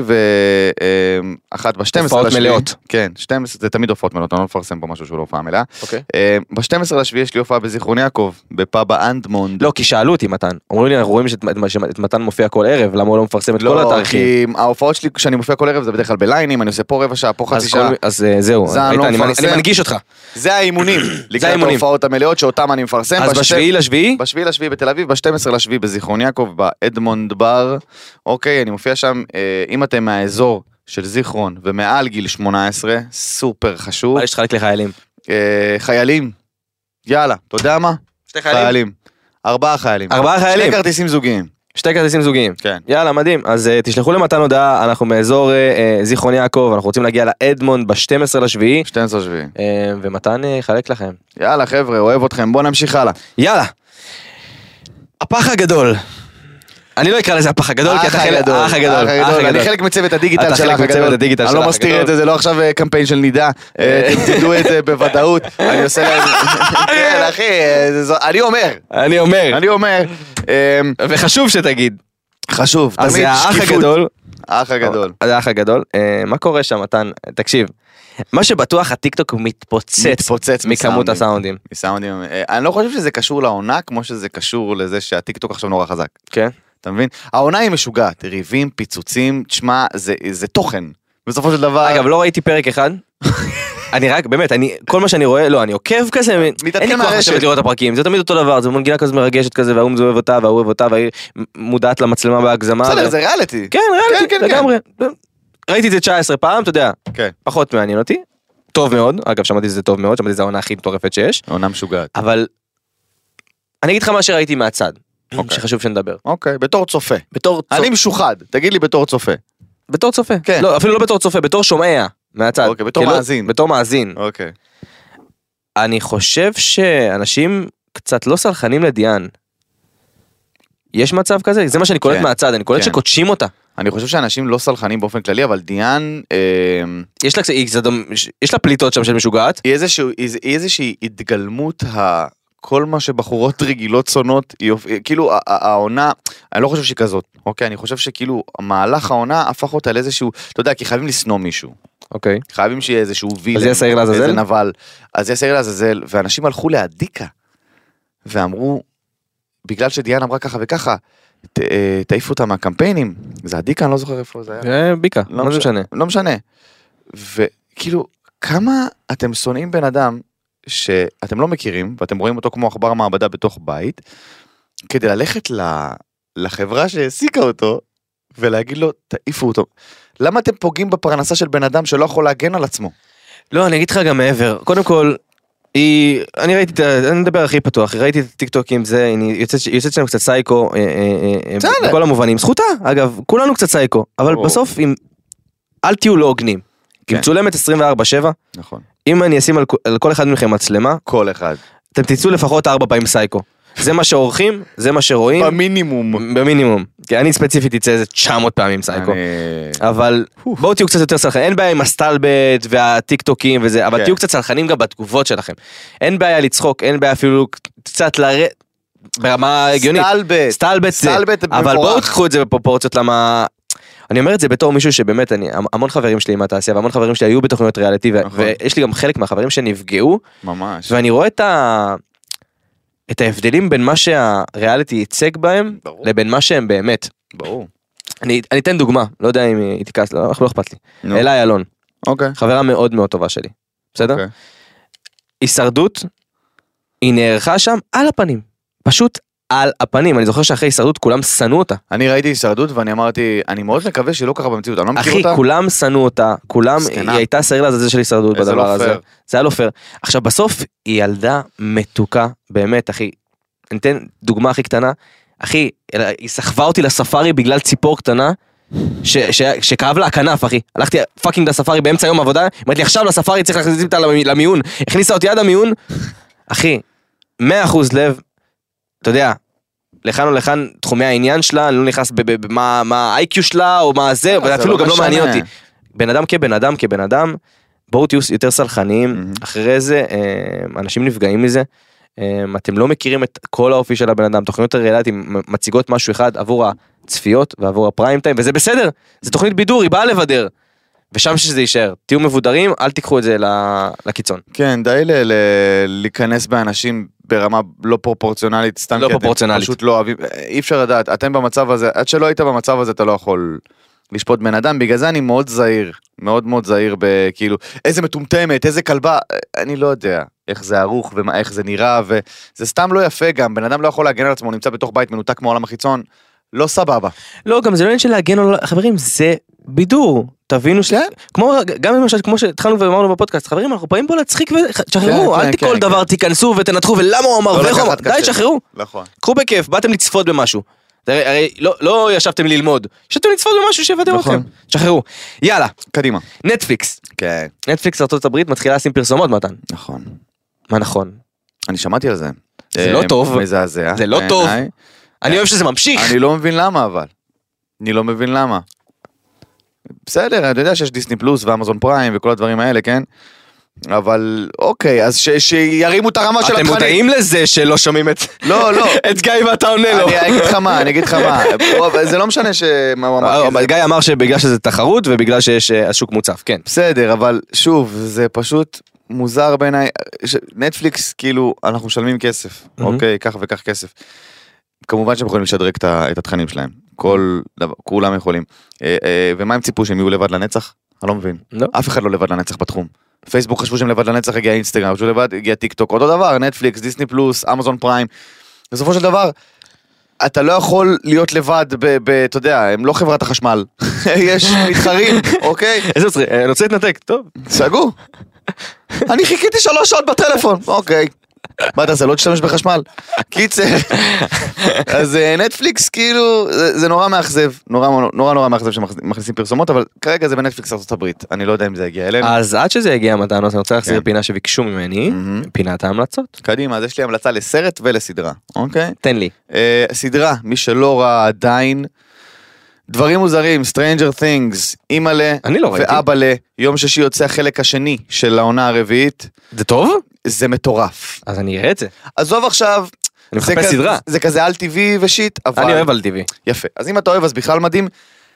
ואחת ב-שתים עשרה לשביעי. הופעות מלאות. כן, שתים עשרה, זה תמיד הופעות מלאות, אני לא מפרסם פה משהו שהוא לא הופעה מלאה. אוקיי. ב-שתים עשרה לשביעי יש לי הופעה בזיכרון יעקב, בפאב האנדמונד. לא, כי שאלו אותי מתן. אומרים לי, אנחנו רואים שאת מתן מופיע כל ערב, למה הוא לא מפרסם את כל התאריכים? כי ההופעות שלי, כשאני מופיע כל ערב, זה בדרך כלל בליינים, אני עושה פה רבע שעה, פה חצי שעה. אז זהו, אני מנגיש אותך. זה האימונים, לקראת ההופעות המלאות שאותם אני מפרסם. אז בשביעי לשביעי? בשביעי לשביעי בתל אביב, ב-שתים עשרה לשביעי בזיכרון יעקב, באדמונד בר. אוקיי, אני מופיע שם, אם אתם מהאזור של זיכרון ומעל גיל שמונה עשרה, סופר חשוב. מה יש לך לחיילים? חיילים. יאללה, אתה יודע מה? שתי חיילים? ארבעה חיילים. ארבעה חיילים? שני כרטיסים זוגיים. שתי כרטיסים זוגיים. כן. יאללה, מדהים. אז uh, תשלחו למתן הודעה, אנחנו מאזור uh, זיכרון יעקב, אנחנו רוצים להגיע לאדמונד ב-שתים עשרה לשביעי. שתים עשרה לשביעי. Uh, ומתן uh, חלק לכם. יאללה, חבר'ה, אוהב אתכם, בוא נמשיך הלאה. יאללה. הפח הגדול. אני לא אקרא לזה הפח הגדול, כי אתה חלק... האח הגדול. אני חלק מצוות הדיגיטל של האח הגדול. אני לא מסתיר את זה, זה לא עכשיו קמפיין של נידה. אתם תדעו את זה בוודאות. אני עושה להם... כן, אחי, אני אומר. אני אומר. אני אומר. וחשוב שתגיד. חשוב, תמיד שקיפות. אז זה האח הגדול. האח הגדול. זה האח הגדול. מה קורה שם, מתן? תקשיב. מה שבטוח, הטיקטוק מתפוצץ. מתפוצץ מכמות הסאונדים. מסאונדים. אני לא חושב שזה קשור לעונה, כמו שזה קשור לזה שהטיקטוק עכשיו נורא חזק. כן. אתה מבין? העונה היא משוגעת, ריבים, פיצוצים, תשמע, זה, זה תוכן. בסופו של דבר... אגב, לא ראיתי פרק אחד. אני רק, באמת, אני, כל מה שאני רואה, לא, אני עוקב כזה, אין לי כוח לשבת לראות את הפרקים, זה תמיד אותו דבר, זה מנגינה כזה מרגשת כזה, והוא אוהב אותה, והוא אוהב אותה, והיא מודעת למצלמה בהגזמה. בסדר, זה ריאליטי. כן, ריאליטי, לגמרי. ראיתי את זה תשע עשרה פעם, אתה יודע, פחות מעניין אותי. טוב מאוד, אגב, שמעתי שזה טוב מאוד, שמעתי שזה העונה הכי מטורפת שיש. העונה משוגעת. אבל אני אגיד לך מה שראיתי מהצד, שחשוב שנדבר. אוקיי, בתור צופה. בתור צופה. אני משוחד, תגיד לי בתור צופה. בתור צופה. כן. לא, אפילו לא בתור צופה, בתור שומע מהצד. אוקיי, בתור מאזין. בתור מאזין. אוקיי. אני חושב שאנשים קצת לא סלחנים לדיאן. יש מצב כזה? זה מה שאני קולט מהצד, אני קולט שקודשים אותה. אני חושב שאנשים לא סלחנים באופן כללי, אבל דיאן... יש לה, יש לה פליטות שם של משוגעת. היא איזושהי התגלמות ה... כל מה שבחורות רגילות צונות, כאילו העונה, אני לא חושב שהיא כזאת, אוקיי? אני חושב שכאילו המהלך העונה הפך אותה לאיזשהו, אתה יודע, כי חייבים לסנוע מישהו. אוקיי. חייבים שיהיה איזשהו וילן. אז זה יסעיר לעזאזל? איזה נבל. אז זה יסעיר לעזאזל, ואנשים הלכו להדיקה, ואמרו, בגלל שדיאן אמרה ככה וככה, תעיפו אותה מהקמפיינים, זה הדיקה, אני לא זוכר איפה זה היה. זה ביקה, מה זה משנה? לא משנה. וכאילו, כמה אתם שונאים בן אדם, שאתם לא מכירים, ואתם רואים אותו כמו עכבר מעבדה בתוך בית, כדי ללכת לחברה שהעסיקה אותו, ולהגיד לו, תעיפו אותו. למה אתם פוגעים בפרנסה של בן אדם שלא יכול להגן על עצמו? לא, אני אגיד לך גם מעבר. קודם כל, היא, אני ראיתי, אני מדבר הכי פתוח, ראיתי את הטיקטוקים, זה, יוצאת שלנו קצת סייקו, בכל המובנים, זכותה, אגב, כולנו קצת סייקו, אבל בסוף, אל תהיו לא הוגנים, כי מצולמת עשרים וארבע שבע, נכון. אם אני אשים על כל אחד מכם מצלמה, כל אחד. אתם תצאו לפחות ארבע פעמים סייקו. זה מה שעורכים, זה מה שרואים. במינימום. במינימום. כי אני ספציפית יצא איזה תשע מאות פעמים סייקו. אבל בואו תהיו קצת יותר סלחנים. אין בעיה עם הסטלבט והטיקטוקים וזה, אבל תהיו קצת סלחנים גם בתגובות שלכם. אין בעיה לצחוק, אין בעיה אפילו קצת לרדת, ברמה הגיונית. סטלבט. סטלבט זה. סטלבט מבורך. אבל בואו תקחו את זה בפרופורציות, למה... אני אומר את זה בתור מישהו שבאמת, אני, המון חברים שלי מהתעשייה, והמון חברים שלי היו בתוכניות ריאליטי, ויש לי גם חלק מהחברים שנפגעו. ממש. ואני רואה את ה... את ההבדלים בין מה שהריאליטי ייצג בהם, ברור. לבין מה שהם באמת. ברור. אני, אני אתן דוגמה, לא יודע אם היא תיכנס, לא, לא אכפת לי. No. אלה אלון. אוקיי. Okay. חברה מאוד מאוד טובה שלי. בסדר? אוקיי. Okay. הישרדות, היא נערכה שם על הפנים. פשוט על הפנים. אני זוכר שאחרי הישרדות כולם שנאו אותה. אני ראיתי הישרדות ואני אמרתי, אני מאוד מקווה שלא ככה במציאות, אני לא מכיר אותה. אחי, כולם שנאו אותה, כולם, היא הייתה שעיר לעזאזל של הישרדות בדבר הזה. זה היה לא פייר. עכשיו בסוף היא ילדה מתוקה, באמת, אחי. אני אתן דוגמה הכי קטנה. אחי, היא סחבה אותי לספארי בגלל ציפור קטנה, שכאב לה הכנף, אחי. הלכתי פאקינג לספארי באמצע יום עבודה, אמרתי לי עכשיו לספארי צריך להכניס אותה למיון. הכניסה אותי עד המיון. אחי, מאה אחוז לב, אתה יודע, לכאן או לכאן תחומי העניין שלה, אני לא נכנס במה ה-איי קיו שלה, או מה זה, ואפילו גם לא מעניין אותי. בן אדם כבן אדם כבן אדם, בואו תהיו יותר סלחניים, אחרי זה, אנשים נפגעים מזה, אתם לא מכירים את כל האופי של הבן אדם, תוכניות הריאליטי מציגות משהו אחד עבור הצפיות ועבור הפריים טיים, וזה בסדר, זה תוכנית בידור, היא באה לבדר, ושם שזה יישאר, תהיו מבודרים, אל תיקחו את זה לקיצון. כן, די להיכנס באנשים ברמה לא פרופורציונלית, סתם לא פרופורציונלית. פשוט לא אוהבים, אי אפשר לדעת, אתם במצב הזה, עד שלא היית במצב הזה אתה לא יכול לשפוט בן אדם, בגלל זה אני מאוד זהיר, מאוד מאוד זהיר בכאילו, איזה מטומטמת, איזה כלבה, אני לא יודע איך זה ערוך ואיך זה נראה, וזה סתם לא יפה גם, בן אדם לא יכול להגן על עצמו, נמצא בתוך בית מנותק מעולם החיצון, לא סבבה. לא, גם זה לא עניין של להגן על... חברים, זה בידור. תבינו ש... כמו, גם למשל, כמו שהתחלנו ואמרנו בפודקאסט, חברים, אנחנו באים פה להצחיק ותשחררו, אל כל דבר תיכנסו ותנתחו, ולמה הוא אמר, ואיך הוא אמר, די, שחררו. קחו בכיף, באתם לצפות במשהו. הרי לא ישבתם ללמוד, ישבתם לצפות במשהו שיבדר אתכם. תשחררו. יאללה. קדימה. נטפליקס. כן. נטפליקס ארצות הברית מתחילה לשים פרסומות, מתן. נכון. מה נכון? אני שמעתי על זה. זה לא טוב. מזעזע. זה לא טוב. אני אוהב שזה ממשיך. אני לא מבין למה אבל. אני לא מבין למה. בסדר, אני יודע שיש דיסני פלוס ואמזון פריים וכל הדברים האלה, כן? אבל אוקיי, אז שירימו את הרמה של התכנים. אתם מודעים לזה שלא שומעים את... לא, לא. את גיא ואתה עונה לו. אני אגיד לך מה, אני אגיד לך מה. זה לא משנה שמה הוא אמר. גיא אמר שבגלל שזה תחרות ובגלל שיש השוק מוצף, כן. בסדר, אבל שוב, זה פשוט מוזר בעיניי. נטפליקס, כאילו, אנחנו משלמים כסף. אוקיי, כך וכך כסף. כמובן שהם יכולים לשדרג את התכנים שלהם. כל, כולם יכולים. ומה הם ציפו שהם יהיו לבד לנצח? אני לא מבין. אף אחד לא לבד לנצח בתחום. פייסבוק חשבו שהם לבד לנצח, הגיע אינסטגרם, חשבו לבד, הגיע טיק טוק, אותו דבר, נטפליקס, דיסני פלוס, אמזון פריים. בסופו של דבר, אתה לא יכול להיות לבד, אתה יודע, הם לא חברת החשמל. יש מתחרים, אוקיי? איזה מצחיק, אני רוצה להתנתק, טוב. סגור. אני חיכיתי שלוש שעות בטלפון, אוקיי. מה אתה עושה, לא תשתמש בחשמל? קיצר. אז נטפליקס כאילו, זה נורא מאכזב, נורא נורא מאכזב שמכניסים פרסומות, אבל כרגע זה בנטפליקס ארצות הברית, אני לא יודע אם זה יגיע אלינו. אז עד שזה יגיע מתנות, אני רוצה להחזיר פינה שביקשו ממני, פינת ההמלצות. קדימה, אז יש לי המלצה לסרט ולסדרה, אוקיי? תן לי. סדרה, מי שלא ראה עדיין, דברים מוזרים, Stranger Things, אימאלה ואבאלה, יום שישי יוצא החלק השני של העונה הרביעית. זה טוב? זה מטורף. אז אני אראה את זה. עזוב עכשיו, אני מחפש סדרה. זה כזה על טבעי ושיט, אבל... אני אוהב על טבעי. יפה. אז אם אתה אוהב, אז בכלל מדהים,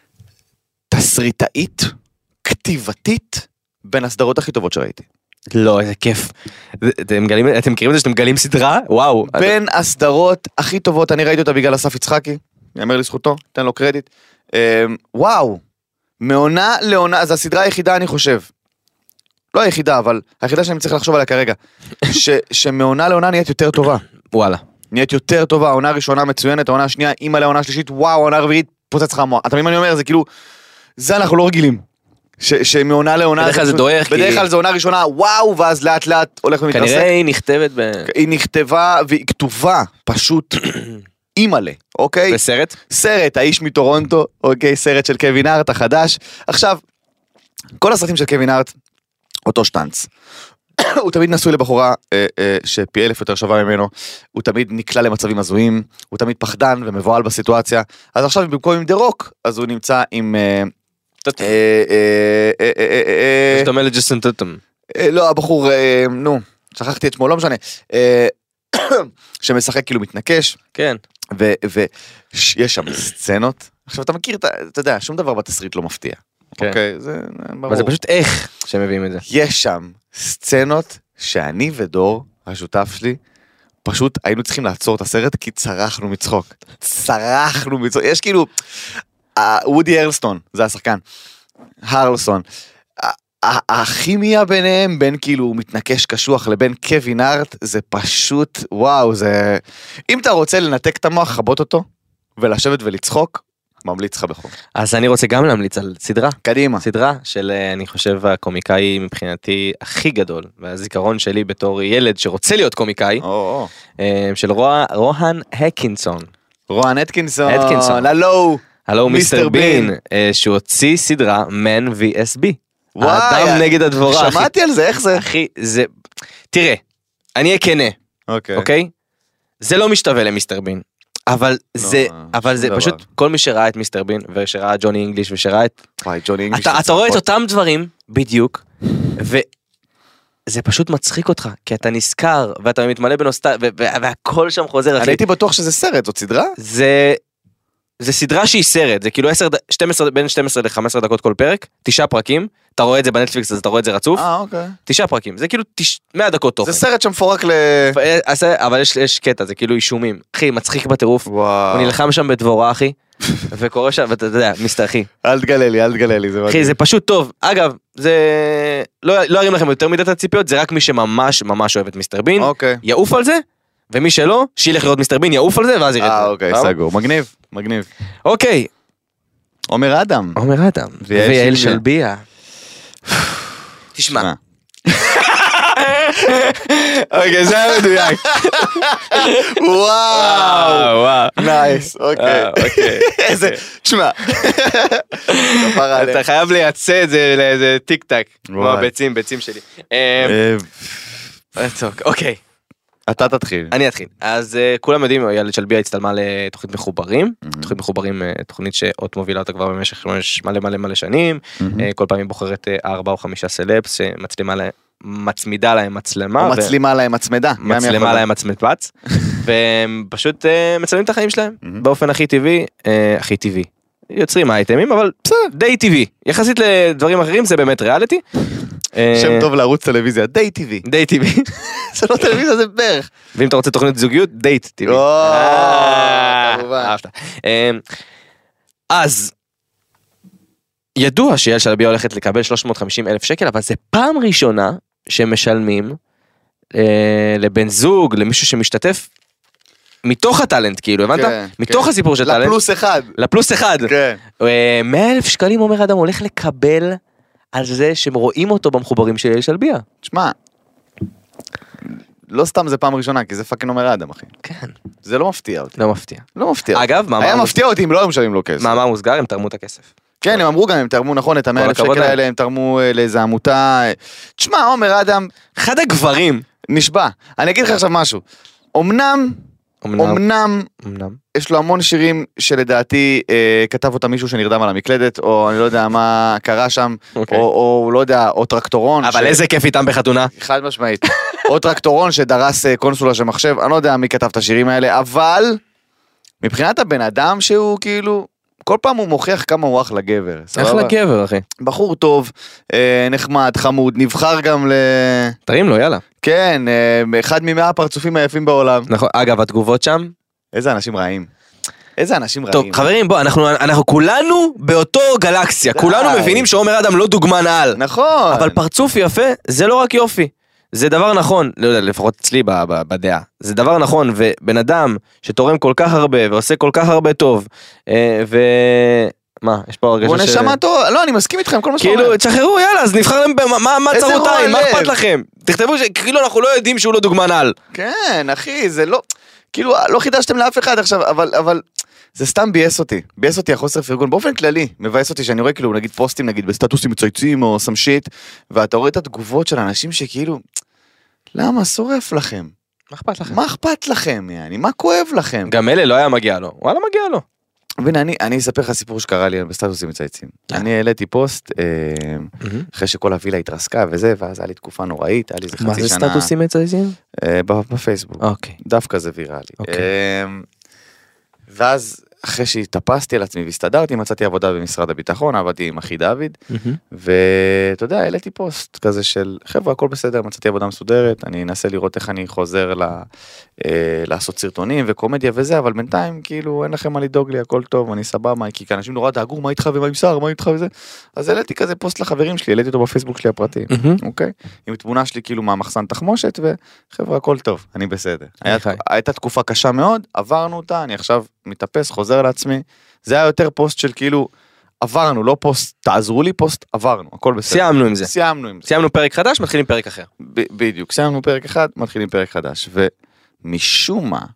תסריטאית, כתיבתית, בין הסדרות הכי טובות שראיתי. לא, איזה כיף. אתם מכירים את זה שאתם מגלים סדרה? וואו. בין הסדרות הכי טובות, אני ראיתי אותה בגלל אסף יצחקי, יאמר לזכותו, תן לו קרדיט. וואו, מעונה לעונה, אז הסדרה היחידה אני חושב, לא היחידה, אבל היחידה שאני צריך לחשוב עליה כרגע, שמעונה לעונה נהיית יותר טובה. וואלה. נהיית יותר טובה, העונה הראשונה מצוינת, העונה השנייה, אימא לעונה השלישית, וואו, העונה הרביעית, פוצץ לך המוח. אתה מבין מה אני אומר? זה כאילו, זה אנחנו לא רגילים. שמעונה לעונה... בדרך כלל זה דורך, כי... בדרך כלל זה עונה ראשונה, וואו, ואז לאט לאט הולך ומתרסק. כנראה היא נכתבת ב... היא נכתבה והיא כתובה, פשוט אימאלה, אוקיי? בסרט? סרט, האיש מטורונטו, אוקיי? סרט של קווין הארט החדש. עכשיו, כל הסרטים של קווין הארט, אותו שטנץ. הוא תמיד נשוי לבחורה אה, אה, שפי אלף יותר שווה ממנו, הוא תמיד נקלע למצבים הזויים, הוא תמיד פחדן ומבועל בסיטואציה, אז עכשיו במקום עם דה רוק, אז הוא נמצא עם... אה, טוטם. אה, אה, אה, אה, אה, אה, זאת אומרת ג'סון טוטם. אה, לא, הבחור, אה, נו, שכחתי את שמו, לא משנה, אה, שמשחק כאילו מתנקש, כן. ויש שם סצנות, עכשיו אתה מכיר, אתה יודע, שום דבר בתסריט לא מפתיע, אוקיי, זה ברור. אבל זה פשוט איך שמביאים את זה. יש שם סצנות שאני ודור, השותף שלי, פשוט היינו צריכים לעצור את הסרט כי צרחנו מצחוק. צרחנו מצחוק. יש כאילו, וודי הרלסטון, זה השחקן, הרלסון, הכימיה ביניהם, בין כאילו מתנקש קשוח לבין קווין הארט, זה פשוט, וואו, זה... אם אתה רוצה לנתק את המוח, חבות אותו, ולשבת ולצחוק, ממליץ לך בחום. אז אני רוצה גם להמליץ על סדרה. קדימה. סדרה של, אני חושב, הקומיקאי מבחינתי הכי גדול, והזיכרון שלי בתור ילד שרוצה להיות קומיקאי, או, או. של רוה, רוהן הקינסון. רוהן הטקינסון. הטקינסון. הלו. הלו מיסטר בין, שהוא הוציא סדרה Man וי אס בי. האדם נגד הדבורה. שמעתי על זה, איך זה? אחי, זה... תראה, אני אהיה כנה, אוקיי. אוקיי? זה לא משתווה למיסטר בין. אבל זה, אבל זה פשוט, כל מי שראה את מיסטר בין, ושראה ג'וני אינגליש, ושראה את... וואי, ג'וני אינגליש. אתה רואה את אותם דברים, בדיוק, וזה פשוט מצחיק אותך, כי אתה נזכר, ואתה מתמלא בנוסטלגיה, והכל שם חוזר. אני הייתי בטוח שזה סרט, זאת סדרה? זה... זה סדרה שהיא סרט, זה כאילו שתים עשרה, בין שתים עשרה ל-חמש עשרה דקות כל פרק, תשעה פרקים, אתה רואה את זה בנטפליקס, אז אתה רואה את זה רצוף. אה, אוקיי. תשעה פרקים, זה כאילו מאה דקות תוכן. זה סרט שמפורק ל... אבל יש, יש קטע, זה כאילו אישומים. אחי, מצחיק בטירוף. וואו. הוא נלחם שם בדבורה, אחי, וקורא שם, ואתה יודע, מיסטר אחי. אל תגלה לי, אל תגלה לי, זה מדהים. אחי, זה פשוט טוב. אגב, זה... לא, לא ארים לכם יותר מדי את הציפיות, זה רק מי שממש ממש אוהב את מיסטר בין. אוקיי. יעוף על זה, ומי שלא, שילך לראות מיסטר בין, יעוף על זה, ואז ירד. אה, אוקיי, סגור. מגניב, מגניב. אוקיי. עומר אדם. עומר אדם. ויעל שלביה. תשמע. אוקיי, זה היה מדויק. וואו, וואו. נייס, אוקיי. איזה, תשמע. אתה חייב לייצא את זה לאיזה טיק טק. כמו הביצים, ביצים שלי. אוקיי. אתה תתחיל. אני אתחיל. אז כולם יודעים, יעל שלביה הצטלמה לתוכנית מחוברים. תוכנית מחוברים, תוכנית שאות מובילה אותה כבר במשך מלא מלא מלא שנים. כל פעם היא בוחרת ארבע או חמישה סלפס שמצלימה להם. מצמידה להם מצלמה. או מצלימה להם מצמדה. מצלמה להם מצמדפץ. והם פשוט מצלמים את החיים שלהם. באופן הכי טבעי, הכי טבעי. יוצרים אייטמים, אבל די טבעי. יחסית לדברים אחרים זה באמת ריאליטי. שם טוב לערוץ טלוויזיה, די טבעי. די טבעי. זה לא טלוויזיה, זה בערך. ואם אתה רוצה תוכנית זוגיות, דייט טבעי. אהבת. אז, ידוע שיעל שלביה הולכת לקבל שלוש מאות וחמישים אלף שקל, אבל זה פעם ראשונה שמשלמים לבן זוג, למישהו שמשתתף, מתוך הטלנט, כאילו, הבנת? מתוך הסיפור של טלנט. לפלוס אחד. לפלוס אחד. כן. מאה אלף שקלים אומר אדם, הולך לקבל על זה שהם רואים אותו במחוברים של יעל שלביה. תשמע, לא סתם זה פעם ראשונה, כי זה פאקינג אומר אדם, אחי. כן. זה לא מפתיע אותי. לא מפתיע. לא מפתיע. אגב, היה מפתיע אותי אם לא היו משלמים לו כסף. מאמר מוסגר, הם תרמו את הכסף. כן, הם אמרו גם, הם תרמו נכון את המאה אלף שקל האלה, הם תרמו לאיזה עמותה. תשמע, עומר אדם... אחד הגברים. נשבע. אני אגיד לך עכשיו משהו. אמנם, אמנם, יש לו המון שירים שלדעתי כתב אותם מישהו שנרדם על המקלדת, או אני לא יודע מה קרה שם, או לא יודע, או טרקטורון. אבל איזה כיף איתם בחתונה. חד משמעית. או טרקטורון שדרס קונסולה של מחשב, אני לא יודע מי כתב את השירים האלה, אבל מבחינת הבן אדם שהוא כאילו... כל פעם הוא מוכיח כמה הוא אחלה גבר. אחלה גבר, אחי. בחור טוב, נחמד, חמוד, נבחר גם ל... תרים לו, יאללה. כן, אחד ממאה הפרצופים היפים בעולם. נכון, אגב, התגובות שם? איזה אנשים רעים. איזה אנשים רעים. טוב, חברים, בוא, אנחנו כולנו באותו גלקסיה, כולנו מבינים שעומר אדם לא דוגמן על. נכון. אבל פרצוף יפה, זה לא רק יופי. זה דבר נכון, לא יודע, לפחות אצלי בדעה, זה דבר נכון, ובן אדם שתורם כל כך הרבה, ועושה כל כך הרבה טוב, ו... מה, יש פה הרגשה ש... הוא נשמה טוב, לא, אני מסכים איתכם, כל מה שאתה אומר. כאילו, תשחררו, יאללה, אז נבחר להם, מה צרות עין, מה אכפת לכם? תכתבו שכאילו אנחנו לא יודעים שהוא לא דוגמן על. כן, אחי, זה לא, כאילו, לא חידשתם לאף אחד עכשיו, אבל, אבל, זה סתם ביאס אותי, ביאס אותי החוסר פרגון, באופן כללי, מבאס אותי שאני רואה כאילו, נגיד פוסטים, נגיד בסטטוסים מצייצים או some shit, ואתה רואה את התגובות של אנשים שכאילו, למה, שורף לכם? מה אכפת לכם? מה אכפת לכם, יעני? מה כואב לכם? גם אלה לא היה מגיע לו, וואלה מגיע לו. והנה, אני, אני אספר לך סיפור שקרה לי בסטטוסים מצייצים. אני העליתי פוסט, אחרי שכל הווילה התרסקה וזה, ואז היה לי תקופה נוראית, היה לי איזה חצי שנה. מה זה סטטוסים מצייצים? בפייסבוק. אוקיי. דווקא זה ויראלי. ואז אחרי שהתאפסתי על עצמי והסתדרתי, מצאתי עבודה במשרד הביטחון, עבדתי עם אחי דוד, ואתה יודע, העליתי פוסט כזה של, חבר'ה, הכל בסדר, מצאתי עבודה מסודרת, אני אנסה לראות איך אני חוזר לעשות סרטונים וקומדיה וזה, אבל בינתיים, כאילו, אין לכם מה לדאוג לי, הכל טוב, אני סבבה, כי אנשים נורא דאגו, מה איתך ומה עם שר, מה איתך וזה, אז העליתי כזה פוסט לחברים שלי, העליתי אותו בפייסבוק שלי הפרטי, אוקיי? עם תמונה שלי כאילו מהמחסן תחמושת, וחבר'ה, הכל טוב, אני בסדר. הייתה תקופה קשה מאוד, עברנו אותה, אני עכשיו מתאפס, חוזר לעצמי, זה היה יותר פוסט של כאילו, עברנו, לא פוסט, תעזרו לי, פוסט, עברנו, הכל בסדר. סיימנו עם זה. סיימנו עם זה. סיימנו פרק חדש, מתחילים פרק אחר. בדיוק, סיימנו פרק אחד, מתחילים פרק חדש, ומשום מה,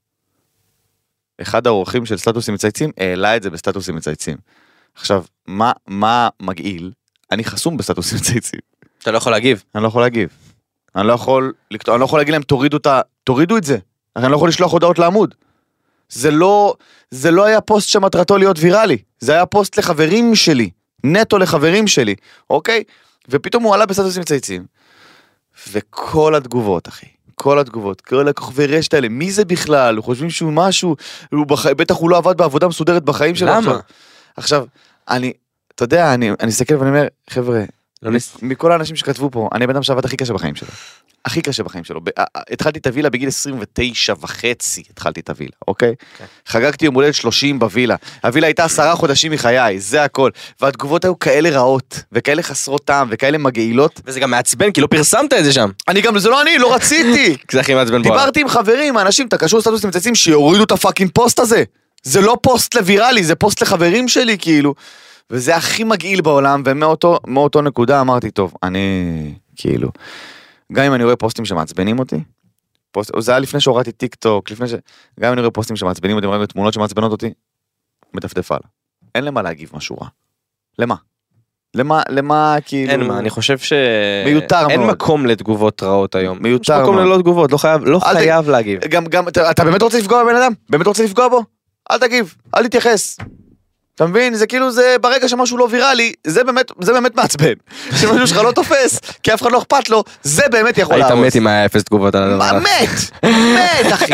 אחד האורחים של סטטוסים מצייצים, העלה את זה בסטטוסים מצייצים. עכשיו, מה, מה מגעיל? אני חסום בסטטוסים מצייצים. אתה לא יכול להגיב. אני לא יכול להגיב. אני לא יכול, אני לא יכול להגיד להם, תורידו את, תורידו את זה. אני לא יכול לשלוח הודעות לעמוד. זה לא, זה לא היה פוסט שמטרתו להיות ויראלי, זה היה פוסט לחברים שלי, נטו לחברים שלי, אוקיי? ופתאום הוא עלה בסטטוסים מצייצים, וכל התגובות, אחי, כל התגובות, כל הכוכבי רשת האלה, מי זה בכלל? הוא חושבים שהוא משהו, הוא בח... בטח הוא לא עבד בעבודה מסודרת בחיים שלו. למה? עכשיו, עכשיו, אני, אתה יודע, אני, אני אסתכל ואני אומר, חבר'ה, לא מ- נס... מכל האנשים שכתבו פה, אני הבן אדם שעבד הכי קשה בחיים שלו. הכי קשה בחיים שלו. התחלתי את הווילה בגיל עשרים ותשע וחצי, התחלתי את הווילה, אוקיי? חגגתי יום הולדת שלושים בווילה. הווילה הייתה עשרה חודשים מחיי, זה הכל. והתגובות היו כאלה רעות, וכאלה חסרות טעם, וכאלה מגעילות. וזה גם מעצבן, כי לא פרסמת את זה שם. אני גם, זה לא אני, לא רציתי. זה הכי מעצבן בעולם. דיברתי עם חברים, אנשים, תקשרו סטטוסים מצייצים שיורידו את הפאקינג פוסט הזה. זה לא פוסט לוויראלי, זה פוסט לחברים שלי, כאילו. וזה הכי מגעיל בעולם, ומאותו, מאותו נקודה אמרתי, טוב, אני, כאילו, גם אם אני רואה פוסטים שמעצבנים אותי, פוסט, זה היה לפני שהורדתי טיק טוק, לפני ש... גם אם אני רואה פוסטים שמעצבנים אותי, רואה תמונות שמעצבנות אותי, מדפדף הלאה. אין למה להגיב משהו רע. למה? למה, למה, כאילו... אין מה, אני חושב ש... מיותר מאוד. אין מקום לתגובות רעות היום. מיותר מאוד. יש מקום ללא תגובות, לא חייב, לא חייב ת... להגיב. גם, גם, אתה, אתה באמת רוצה לפגוע בבן אדם? באמת רוצה לפגוע בו? אל תגיב, אל תתייחס. אתה מבין? זה כאילו זה ברגע שמשהו לא ויראלי, זה באמת, זה באמת מעצבן. שמשהו שלך לא תופס, כי אף אחד לא אכפת לו, זה באמת יכול להרוס. היית מת אם היה אפס תגובות על הדבר. מה מת? מת אחי.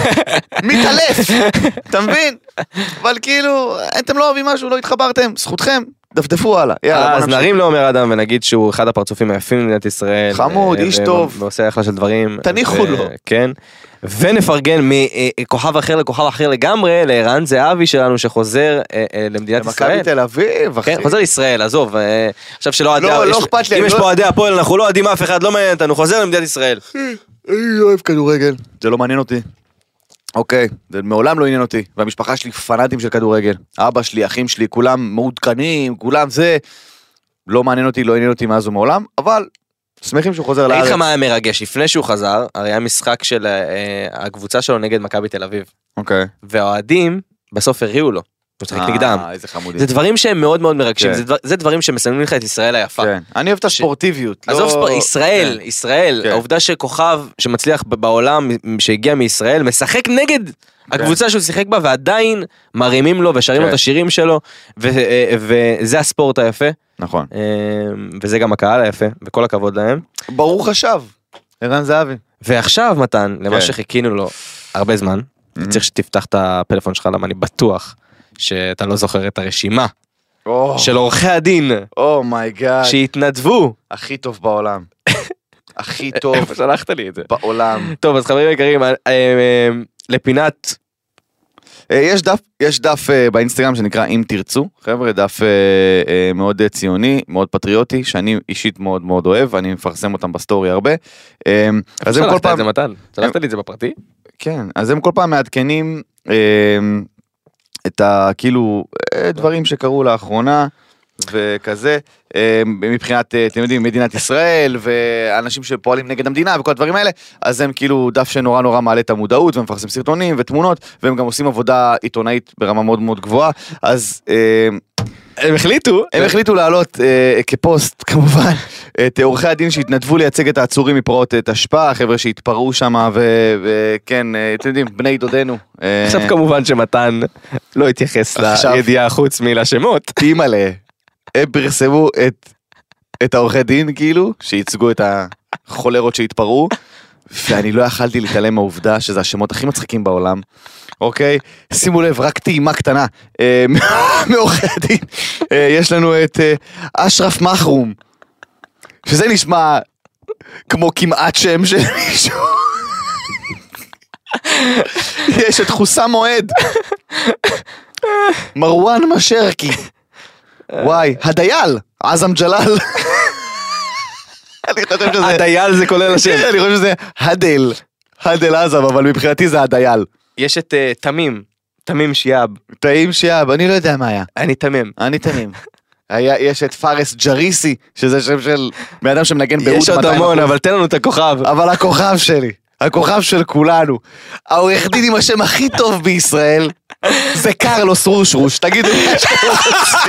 מתעלף. אתה מבין? אבל כאילו, אתם לא אוהבים משהו, לא התחברתם, זכותכם, דפדפו הלאה. אז נרים לעומר אדם ונגיד שהוא אחד הפרצופים היפים במדינת ישראל. חמוד, איש טוב. ועושה אחלה של דברים. תניחו לו. כן. ונפרגן מכוכב אחר לכוכב אחר לגמרי, לערן זהבי שלנו שחוזר למדינת ישראל. למכבי תל אביב, אחי. כן, חוזר לישראל, עזוב. עכשיו שלא לא, לא אכפת לי. אם יש פה עדי הפועל, אנחנו לא עדים אף אחד, לא מעניין אותנו, חוזר למדינת ישראל. אני אוהב כדורגל. זה לא מעניין אותי. אוקיי, זה מעולם לא עניין אותי. והמשפחה שלי פנאטים של כדורגל. אבא שלי, אחים שלי, כולם מעודכנים, כולם זה. לא מעניין אותי, לא עניין אותי מאז ומעולם, אבל... שמחים שהוא חוזר לארץ. איך מה היה מרגש? לפני שהוא חזר, הרי היה משחק של הקבוצה שלו נגד מכבי תל אביב. אוקיי. והאוהדים בסוף הריעו לו. הוא צחק נגדם. איזה חמודים. זה דברים שהם מאוד מאוד מרגשים. זה דברים שמסמלים לך את ישראל היפה. כן. אני אוהב את הספורטיביות. עזוב, ישראל, ישראל, העובדה שכוכב שמצליח בעולם, שהגיע מישראל, משחק נגד הקבוצה שהוא שיחק בה, ועדיין מרימים לו ושרים לו את השירים שלו, וזה הספורט היפה. נכון. וזה גם הקהל היפה, וכל הכבוד להם. ברוך השב, ערן זהבי. ועכשיו מתן, למה שחיכינו לו הרבה זמן, צריך שתפתח את הפלאפון שלך, למה אני בטוח שאתה לא זוכר את הרשימה של עורכי הדין, שהתנדבו. הכי טוב בעולם. הכי טוב. איפה שלחת לי את זה? בעולם. טוב, אז חברים יקרים, לפינת יש דף, יש דף באינסטגרם שנקרא אם תרצו, חבר'ה, דף מאוד ציוני, מאוד פטריוטי, שאני אישית מאוד מאוד אוהב, אני מפרסם אותם בסטורי הרבה. אז הם כל פעם... מתן? שלחת לי את זה בפרטי? כן, אז הם כל פעם מעדכנים את הכאילו דברים שקרו לאחרונה, וכזה, מבחינת, אתם יודעים, מדינת ישראל, ואנשים שפועלים נגד המדינה, וכל הדברים האלה, אז הם כאילו דף שנורא נורא מעלה את המודעות, ומפרסם סרטונים ותמונות, והם גם עושים עבודה עיתונאית ברמה מאוד מאוד גבוהה, אז... הם החליטו, הם החליטו לעלות כפוסט, כמובן, את עורכי הדין שהתנדבו לייצג את העצורים מפרעות תשפ"א, החבר'ה שהתפרעו שם, וכן, אתם יודעים, בני דודנו. עכשיו כמובן שמתן לא התייחס לידיעה חוץ מלשמות. תימלא. הם פרסמו את, את העורכי דין, כאילו, שייצגו את החולרות שהתפרעו, ואני לא יכלתי להתעלם מהעובדה שזה השמות הכי מצחיקים בעולם. אוקיי? שימו לב, רק טעימה קטנה מעורכי הדין. יש לנו את אשרף מחרום, שזה נשמע כמו כמעט שם של מישהו. יש את חוסם מועד. מרואן משרקי. וואי, הדייל, עזם ג'לל. אני חושב שזה... הדייל זה כולל השם. אני חושב שזה הדל, הדל עזם, אבל מבחינתי זה הדייל. יש את תמים, תמים שיאב. תמים שיאב, אני לא יודע מה היה. אני תמים. אני תמים. יש את פארס ג'ריסי, שזה שם של מאדם שמנגן באוד. יש עוד המון, אבל תן לנו את הכוכב. אבל הכוכב שלי, הכוכב של כולנו. העורך דין עם השם הכי טוב בישראל, זה קרלוס רושרוש, תגידו מה שאתם רוצים.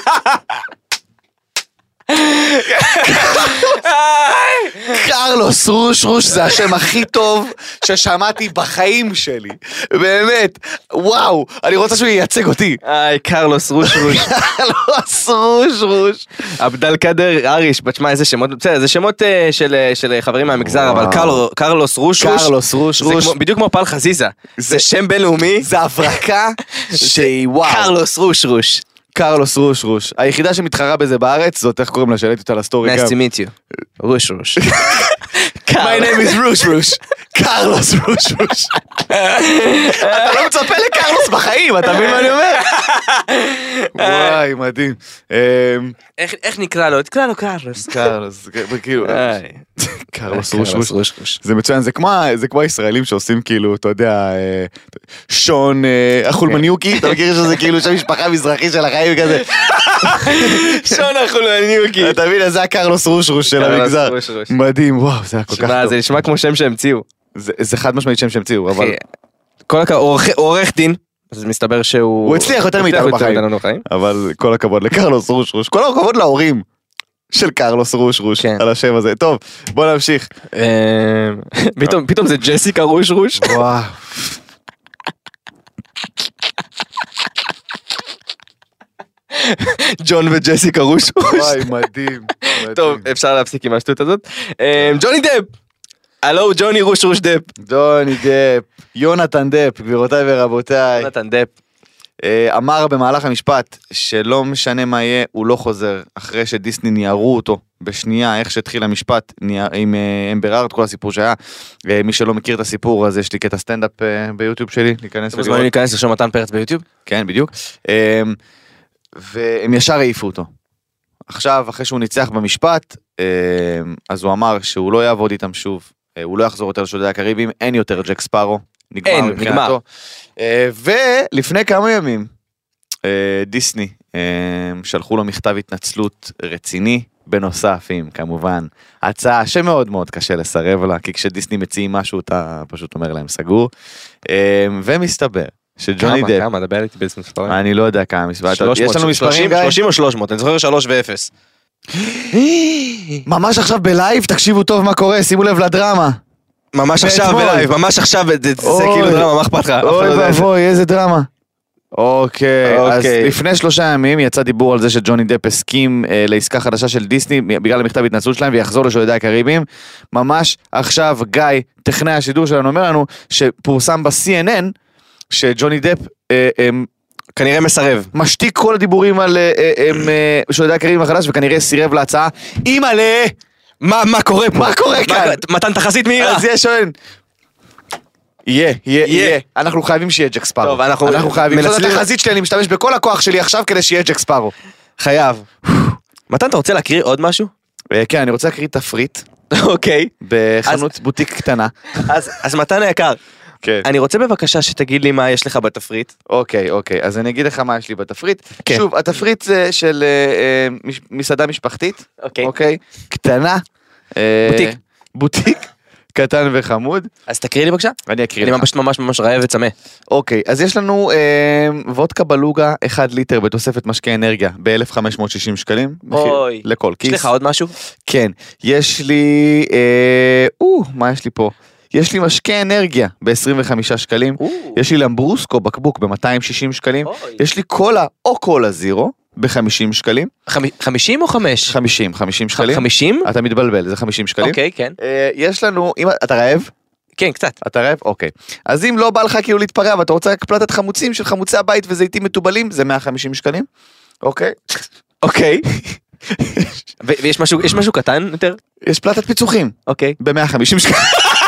קרלוס רושרוש זה השם הכי טוב ששמעתי בחיים שלי, באמת, וואו, אני רוצה שהוא ייצג אותי. איי, קרלוס רושרוש. קרלוס רושרוש. עבדל קדר אריש, בתשמע איזה שמות, בסדר, זה שמות של חברים מהמגזר, אבל קרלוס רושרוש, קרלוס רושרוש, בדיוק כמו פל חזיזה, זה שם בינלאומי, זה הברקה שהיא וואו. קרלוס רושרוש. קרלוס רושרוש. היחידה שמתחרה בזה בארץ, זאת איך קוראים לה, שאלתי אותה לסטורי גם. Nice to meet you. רושרוש. My name is רושרוש. קרלוס רושרוש. אתה לא מצפה לקרלוס בחיים, אתה מבין מה אני אומר? וואי, מדהים. איך נקרא לו? תקרא לו קרלוס. קרלוס, כאילו... קרלוס רושרוש. זה מצוין, זה כמו הישראלים שעושים כאילו, אתה יודע, שון החולמניוקי, אתה מכיר שזה כאילו שם משפחה מזרחי של החיים כזה. שון החולמניוקי. אתה מבין, זה הקרלוס רושרוש של המגזר. מדהים, וואו, זה היה כל כך טוב. זה נשמע כמו שם שהמציאו. זה חד משמעית שם שהמציאו, אבל... כל הכבוד, עורך דין. אז מסתבר שהוא... הוא הצליח יותר מאיתנו בחיים. אבל כל הכבוד לקרלוס רושרוש. כל הכבוד להורים. של קרלוס רושרוש, על השם הזה. טוב, בוא נמשיך. פתאום זה ג'סיקה רושרוש. וואו. ג'ון וג'סיקה רושרוש. וואי, מדהים. טוב, אפשר להפסיק עם השטות הזאת. ג'וני דפ. הלו, ג'וני רושרוש דפ. ג'וני דפ. יונתן דפ, גבירותיי ורבותיי. יונתן דפ. אמר במהלך המשפט שלא משנה מה יהיה, הוא לא חוזר אחרי שדיסני ניירו אותו בשנייה, איך שהתחיל המשפט עם אמבר הארד, כל הסיפור שהיה. מי שלא מכיר את הסיפור, אז יש לי קטע סטנדאפ ביוטיוב שלי, להיכנס ולראות. מוזמנים להיכנס לשם מתן פרץ ביוטיוב? כן, בדיוק. והם ישר העיפו אותו. עכשיו, אחרי שהוא ניצח במשפט, אז הוא אמר שהוא לא יעבוד איתם שוב, הוא לא יחזור יותר לשודדי הקריבים, אין יותר ג'ק ספארו. נגמר מבחינתו. ולפני כמה ימים דיסני שלחו לו מכתב התנצלות רציני, בנוסף עם כמובן הצעה שמאוד מאוד קשה לסרב לה, כי כשדיסני מציעים משהו אתה פשוט אומר להם סגור, ומסתבר שג'וני דפ, כמה, דבר איתי בעצם מספרים? אני לא יודע כמה מספרים, יש לנו מספרים גיא? שלושים או שלוש מאות, אני זוכר שלוש ואפס. ממש עכשיו בלייב, תקשיבו טוב מה קורה, שימו לב לדרמה. ממש עכשיו בלייב, ממש עכשיו, זה כאילו דרמה, מה אכפת לך? אוי ואבוי, איזה דרמה. אוקיי, אז לפני שלושה ימים יצא דיבור על זה שג'וני דפ הסכים לעסקה חדשה של דיסני, בגלל המכתב התנצלות שלהם, ויחזור לשודדי הקריבים. ממש עכשיו גיא, טכנאי השידור שלנו, אומר לנו שפורסם ב-סי אן אן, שג'וני דפ כנראה מסרב. משתיק כל הדיבורים על שודדי הקריבים החדש, וכנראה סירב להצעה. אימא'לה! מה, מה קורה פה? מה קורה כאן? מתן תחזית מהירה. אז יש שואל. יהיה, יהיה, יהיה. אנחנו חייבים שיהיה ג'ק ספארו. טוב, אנחנו אנחנו חייבים. זאת מנצלים- התחזית שלי, אני משתמש בכל הכוח שלי עכשיו כדי שיהיה ג'ק ספארו. חייב. מתן, אתה רוצה להקריא עוד משהו? אה, כן, אני רוצה להקריא תפריט אוקיי. בחנות בוטיק קטנה. אז אז מתן היקר, כן. אני רוצה בבקשה שתגיד לי מה יש לך בתפריט. אוקיי, אוקיי, אז אני אגיד לך מה יש לי בתפריט. כן. שוב, התפריט זה של אה, אה, מש- מסעדה משפחתית. אוקיי. אוקיי? קטנה. אה, בוטיק. בוטיק. קטן וחמוד. אז תקריא לי בבקשה. אני אקריא אני לך. ממש ממש ממש רעב וצמא. אוקיי, אז יש לנו אה, וודקה בלוגה אחד ליטר בתוספת משקה אנרגיה ב-אלף חמש מאות ושישים שקלים. מחיר אוי. לכל כיס. יש לך עוד משהו? כן, יש לי, אה, או, מה יש לי פה? יש לי משקה אנרגיה ב-עשרים וחמישה שקלים. יש לי למברוסקו בקבוק ב-מאתיים ושישים שקלים. אוי. יש לי קולה או קולה זירו ב-חמישים שקלים. חמ- חמישים או חמש? חמישים, חמישים שקלים. חמישים? אתה מתבלבל, זה חמישים שקלים. אוקיי, כן. אה, יש לנו, אם אתה רעב? כן, קצת. אתה רעב? אוקיי. אז אם לא בא לך כאילו להתפרע ואתה רוצה רק פלטת חמוצים של חמוצי הבית וזיתים מטובלים, זה מאה וחמישים שקלים. אוקיי. אוקיי. ו- ויש משהו, יש משהו קטן יותר? יש פלטת פיצוחים אוקיי. ב-מאה וחמישים שקלים.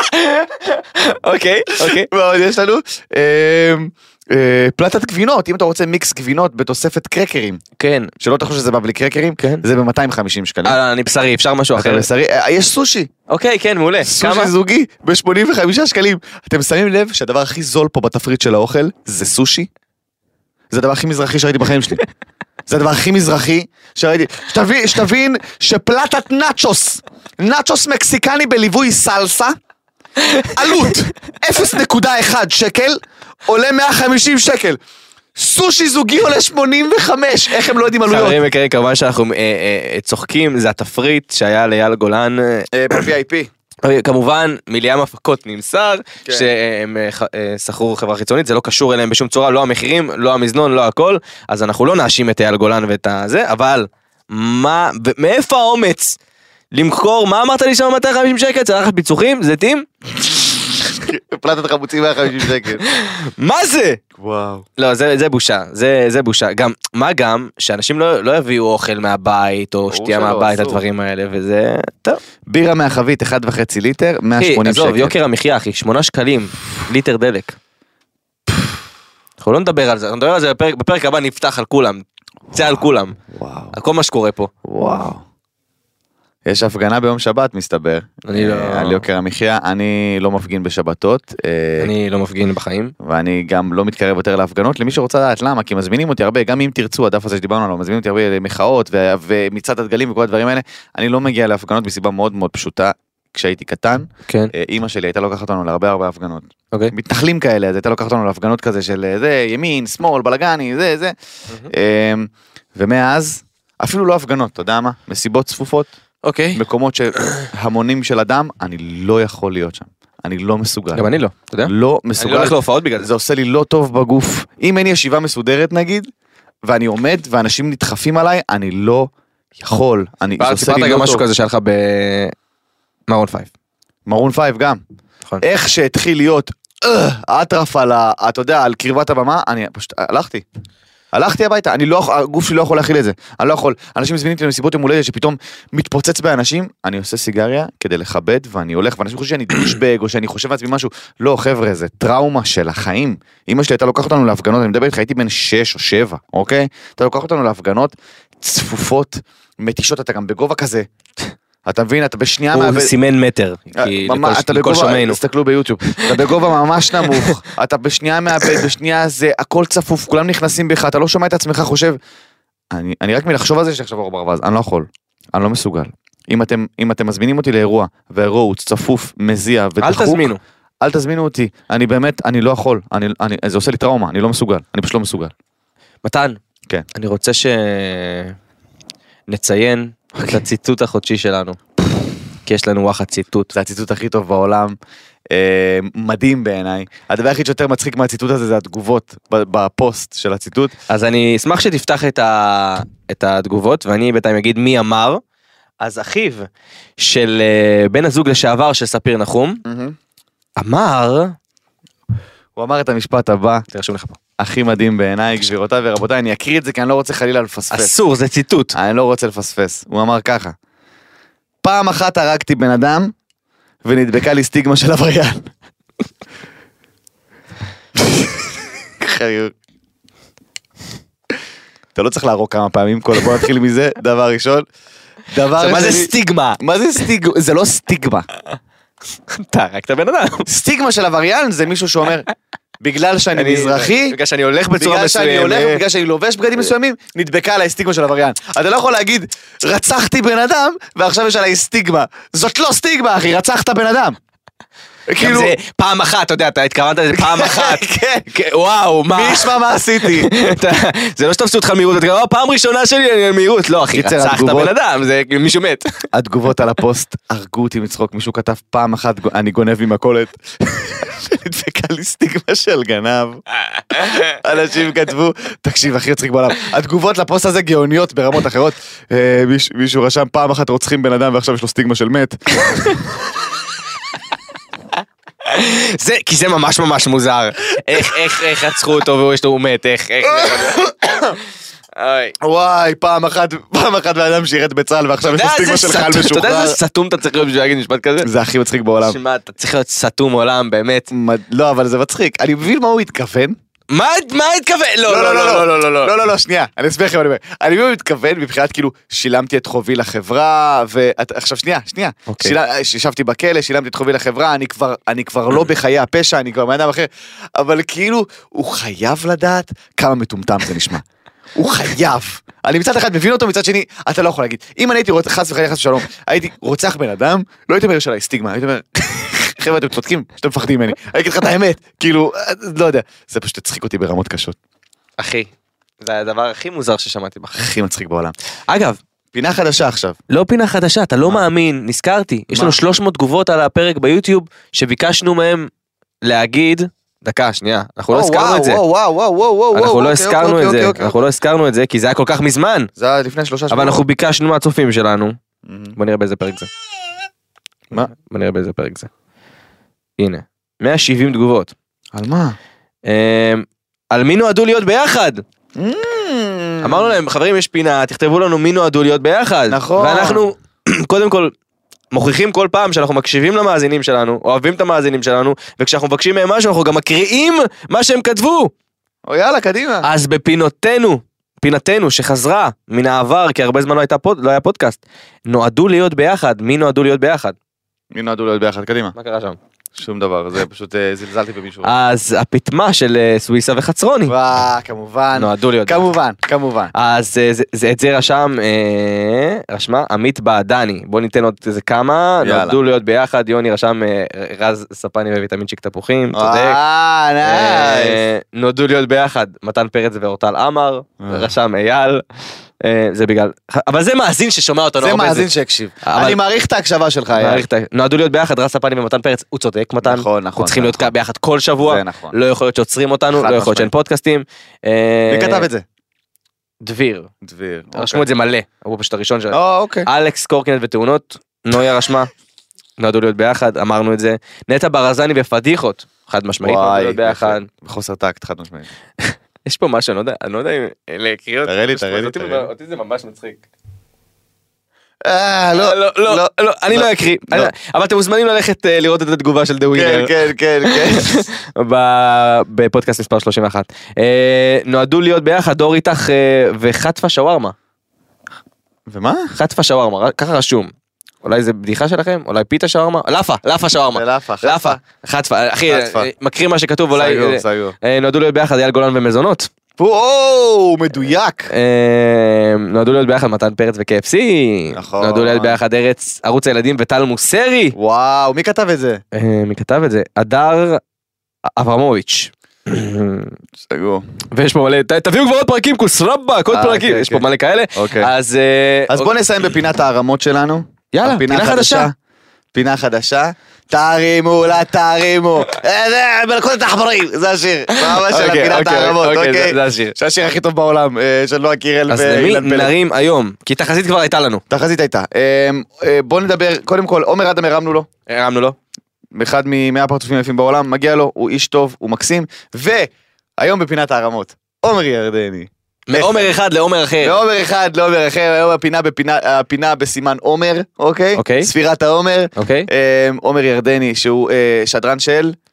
אוקיי, אוקיי. ועוד יש לנו אה, אה, פלטת גבינות, אם אתה רוצה מיקס גבינות בתוספת קרקרים, כן. שלא תחשוב שזה בא בלי קרקרים, כן. זה ב-מאתיים וחמישים שקלים. אה, אני בשרי, אפשר משהו אתה אחר. בשרי, אה, יש סושי, אוקיי, כן, מעולה. כמה? סושי זוגי ב-שמונים וחמישה שקלים. אתם שמים לב שהדבר הכי זול פה בתפריט של האוכל זה סושי? זה הדבר הכי מזרחי שראיתי בחיים שלי. זה הדבר הכי מזרחי שראיתי. שתבין, שתבין שפלטת נאצ'וס, נאצ'וס מקסיקני בליווי סלסה, עלות אפס נקודה אחת שקל, עולה מאה וחמישים שקל. סושי זוגי עולה שמונים וחמש, איך הם לא יודעים עלויות? חברים יקרים, כמובן שאנחנו אה, אה, צוחקים, זה התפריט שהיה לאייל גולן. אה, ב-וי איי פי. כמובן מליאם הפקות נמסר כן. שהם אה, ח- אה, שכרו חברה חיצונית, זה לא קשור אליהם בשום צורה, לא המחירים, לא המזנון, לא הכל, אז אנחנו לא נאשים את אייל גולן ואת הזה, אבל מה, ו- מאיפה האומץ למכור, מה אמרת לי שם מאתיים וחמישים שקל, צלחת פיצוחים, זיתים? פלטת חמוצים מאה וחמישים שקל. מה זה? וואו. לא, זה, זה בושה, זה, זה בושה. גם, מה גם, שאנשים לא, לא יביאו אוכל מהבית, או שתייה שלא, מהבית, אסור. הדברים האלה, וזה, טוב. בירה מהחבית, אחד וחצי ליטר, מאה אחי, ושמונים שקל. עזוב, יוקר המחיה, אחי, שמונה שקלים, ליטר דלק. אנחנו לא נדבר על זה, אנחנו נדבר על זה בפרק, בפרק הבא נפתח על כולם, זה על כולם, וואו. על כל מה שקורה פה. וואו. יש הפגנה ביום שבת, מסתבר. אני לא- אה, על יוקר המחיה, אני לא מפגין בשבתות. אה, אני לא מפגין בחיים. ואני גם לא מתקרב יותר להפגנות, למי שרוצה לדעת למה, כי מזמינים אותי הרבה, גם אם תרצו, הדף הזה שדיברנו עליו, מזמינים אותי הרבה למחאות ו- ומצעד הדגלים וכל הדברים האלה, אני לא מגיע להפגנות מסיבה מאוד מאוד פשוטה, כשהייתי קטן, כן, אה, אמא שלי הייתה לוקחת אותנו להרבה הרבה הפגנות. אוקיי. מתנחלים כאלה, אז הייתה לוקחת אותנו להפגנות כזה של אה, זה, ימין, שמאל, בלגני, זה, זה. אה, ומאז, אפילו לא הפגנות, אתה יודע מה? מסיבות צפופות, אוקיי. מקומות שהמונים של אדם, אני לא יכול להיות שם. אני לא מסוגל. גם אני לא, אתה יודע? לא אני מסוגל. לא הולך להופעות בגלל זה. זה עושה לי לא טוב בגוף. אם אין ישיבה מסודרת נגיד, ואני עומד ואנשים נדחפים עליי, אני לא יכול. אני, זה עושה סיפרת לי גם לא משהו טוב. כזה שהיה לך במרון פייב. מרון פייב גם. נכון. איך שהתחיל להיות אה, אטרף על ה... אתה יודע, על קרבת הבמה, אני פשוט הלכתי. הלכתי הביתה, אני לא יכול, הגוף שלי לא יכול להכיל את זה. אני לא יכול. אנשים מזמינים אותי למסיבות יום הולדת שפתאום מתפוצץ באנשים, אני עושה סיגריה כדי לכבד ואני הולך, ואנשים חושבים שאני דושבג או שאני חושב לעצמי משהו. לא, חבר'ה, זה טראומה של החיים. אמא שלי הייתה לוקחת אותנו להפגנות, אני מדבר איתך, הייתי בן שש או שבע, אוקיי? אתה לוקח אותנו להפגנות צפופות, מתישות, אתה גם בגובה כזה. אתה מבין, אתה בשנייה הוא מהבד- סימן מטר, כי ממש, לכל- אתה לכל בגובה, שומענו. תסתכלו ביוטיוב, אתה בגובה ממש נמוך, אתה בשנייה מאבד, בשנייה זה, הכל צפוף, כולם נכנסים בך, אתה לא שומע את עצמך, חושב, אני, אני רק מלחשוב על זה שעכשיו אור ברווז, אני לא יכול, אני לא מסוגל. אם אתם, אם אתם מזמינים אותי לאירוע, והאירוע הוא צפוף, מזיע אל ודחוק, תזמינו. אל תזמינו אותי, אני באמת, אני לא יכול, אני, אני, זה עושה לי טראומה, אני לא מסוגל, אני פשוט לא מסוגל. מתן, כן. אני רוצה שנציין את הציטוט החודשי שלנו. כי יש לנו וואחד ציטוט. זה הציטוט הכי טוב בעולם, אה, מדהים בעיניי. הדבר היחיד שיותר מצחיק מהציטוט הזה זה התגובות ב- בפוסט של הציטוט. אז אני אשמח שתפתח את, ה... את התגובות, ואני בינתיים אגיד מי אמר. אז אחיו של אה, בן הזוג לשעבר של ספיר נחום, אמר, הוא אמר את המשפט הבא, תרשום לך פה, הכי מדהים בעיניי, גבירותיי ורבותיי, אני אקריא את זה כי אני לא רוצה חלילה לפספס. אסור, זה ציטוט. אני לא רוצה לפספס. הוא אמר ככה, פעם אחת הרגתי בן אדם, ונדבקה לי סטיגמה של עבריין. חיוך. אתה לא צריך להרוג כמה פעמים, בוא נתחיל מזה, דבר ראשון. מה זה סטיגמה? מה זה סטיגמה? זה לא סטיגמה. אתה רק את הבן אדם. סטיגמה של עבריין זה מישהו שאומר, בגלל שאני מזרחי, בגלל שאני הולך בצורה בגלל שאני מסוימת, הולך, בגלל שאני לובש בגדים מסוימים, נדבקה עליי סטיגמה של עבריין. אתה לא יכול להגיד, רצחתי בן אדם, ועכשיו יש עליי סטיגמה. זאת לא סטיגמה, אחי, רצחת בן אדם. כאילו זה פעם אחת, אתה יודע, אתה התכוונת לזה פעם אחת. וואו, מה? מי ישמע מה עשיתי? זה לא שתפסו אותך מהירות, אתה אומר, פעם ראשונה שלי אני על מהירות. לא, אחי, רצחת בן אדם, זה מישהו מת. התגובות על הפוסט הרגו אותי מצחוק, מישהו כתב פעם אחת, אני גונב ממכולת. שנדבקה לי סטיגמה של גנב. אנשים כתבו, תקשיב, הכי מצחיק בעולם. התגובות לפוסט הזה גאוניות ברמות אחרות. מישהו רשם פעם אחת רוצחים בן אדם ועכשיו יש לו סטיגמה של מת. זה, כי זה ממש ממש מוזר. איך, איך, איך רצחו אותו והוא יש לו הוא מת, איך, איך. וואי, פעם אחת, פעם אחת לאדם שירת בצה"ל ועכשיו יש לו סטיגמה של חייל משוחרר. אתה יודע איזה סתום אתה צריך להיות בשביל להגיד משפט כזה? זה הכי מצחיק בעולם. שמע, אתה צריך להיות סתום עולם, באמת. לא, אבל זה מצחיק. אני מבין מה הוא התכוון. מה, מה התכוון? לא, לא, לא, לא, לא, לא, לא, לא, לא, שנייה, אני אסביר לכם מה אני אומר. אני מבין מה מתכוון, מבחינת כאילו, שילמתי את חובי לחברה, ועכשיו שנייה, שנייה, ישבתי בכלא, שילמתי את חובי לחברה, אני כבר לא בחיי הפשע, אני כבר מאדם אחר, אבל כאילו, הוא חייב לדעת כמה מטומטם זה נשמע. הוא חייב. אני מצד אחד מבין אותו, מצד שני, אתה לא יכול להגיד. אם אני הייתי חס וחלילה חס ושלום, הייתי רוצח בן אדם, לא הייתי אומר יש עליי סטיגמה, הייתי אומר, חבר'ה, אתם צודקים, שאתם מפחדים ממני. אני אגיד לך את האמת, כאילו, לא יודע, זה פשוט הצחיק אותי ברמות קשות. אחי, זה הדבר הכי מוזר ששמעתי בך. הכי מצחיק בעולם. אגב, פינה חדשה עכשיו. לא פינה חדשה, אתה לא מאמין, נזכרתי. יש לנו שלוש מאות תגובות על הפרק ביוטיוב, שביקשנו מהם להגיד, דקה, שנייה, אנחנו לא הזכרנו את זה. אנחנו לא הזכרנו את זה, אנחנו לא הזכרנו את זה, כי זה היה כל כך מזמן. זה היה לפני שלושה שבועות. אבל אנחנו ביקשנו מהצופים שלנו. בוא נראה באיזה פרק זה. מה? בוא נראה באיזה פרק זה. הנה, מאה שבעים תגובות. על מה? על מי נועדו להיות ביחד. אמרנו להם, חברים, יש פינה, תכתבו לנו מי נועדו להיות ביחד. נכון. ואנחנו, קודם כל, מוכיחים כל פעם שאנחנו מקשיבים למאזינים שלנו, אוהבים את המאזינים שלנו, וכשאנחנו מבקשים מהם משהו, אנחנו גם מקריאים מה שהם כתבו. או יאללה, קדימה. אז בפינותינו, פינתנו שחזרה מן העבר, כי הרבה זמן לא, הייתה פוד, לא היה פודקאסט, נועדו להיות ביחד. מי נועדו להיות ביחד? מי נועדו להיות ביחד? קדימה. מה קרה שם? שום דבר, זה פשוט זלזלתי במישהו. אז הפתמה של סוויסה וחצרוני. וואה, כמובן. נועדו להיות. כמובן, כמובן. אז את זה רשם, רשמה עמית בעדני. בוא ניתן עוד איזה כמה. נועדו להיות ביחד. יוני רשם רז ספני וויטמינצ'יק תפוחים. צודק. אה, נייס. נועדו להיות ביחד. מתן פרץ ואורטל עמר. רשם אייל. זה בגלל, אבל זה מאזין ששומע אותנו. זה מאזין שהקשיב. אני מעריך את ההקשבה שלך. נועדו להיות ביחד, רז ספני ומתן פרץ, הוא צודק, מתן. נכון, נכון. צריכים להיות ביחד כל שבוע. לא יכול להיות שעוצרים אותנו, לא יכול להיות שאין פודקאסטים. מי כתב את זה? דביר. דביר. רשמו את זה מלא, הוא פשוט הראשון שלנו. או, אוקיי. אלכס קורקינט ותאונות, נויה רשמה, נועדו להיות ביחד, אמרנו את זה. נטע ברזני ופדיחות, חד משמעית, נועדו להיות ביחד. בחוסר טקט, חד משמעית. יש פה משהו, אני לא יודע אם להקריא אותי. תראה לי, תראה לי. אותי זה ממש מצחיק. אה, לא, לא, לא, לא, אני לא אקריא. אבל אתם מוזמנים ללכת לראות את התגובה של דה ווינר. כן, כן, כן, כן. בפודקאסט מספר שלושים ואחת. נועדו להיות ביחד, דור איתך וחטפה שווארמה. ומה? חטפה שווארמה, ככה רשום. אולי זה בדיחה שלכם? אולי פיתה שווארמה? לאפה, לאפה שווארמה. לאפה, לאפה. חטפה. אחי, מקריא מה שכתוב, אולי נועדו להיות ביחד, אייל גולן ומזונות. או, מדויק. נועדו להיות ביחד מתן פרץ ו-קי אף סי. נכון. נועדו להיות ביחד ארץ, ערוץ הילדים וטל מוסרי. וואו, מי כתב את זה? מי כתב את זה? אדר אברמוביץ'. סגור. ויש פה מלא, תביאו כבר עוד פרקים, כוס רבק, עוד פרקים, יש פה מלא כאלה. אז אז בוא נסיים בפינת הערמות שלנו. יאללה, פינה חדשה. פינה חדשה. תרימו לה, תרימו. מלכות התחבורים, זה השיר. ממש של פינת הערמות, אוקיי? זה השיר. זה השיר הכי טוב בעולם, של נועה קירל ואילן פלד. אז למי נרים היום? כי תחזית כבר הייתה לנו. תחזית הייתה. בוא נדבר, קודם כל, עומר אדם הרמנו לו. הרמנו לו. אחד ממאה הפרצופים היפים בעולם, מגיע לו, הוא איש טוב, הוא מקסים, והיום בפינת הערמות, עומר ירדני. מעומר אחד לעומר אחר. מעומר אחד לעומר אחר, היום הפינה בפינה, הפינה בסימן עומר, אוקיי? אוקיי. ספירת העומר. אוקיי. עומר ירדני, שהוא שדרן של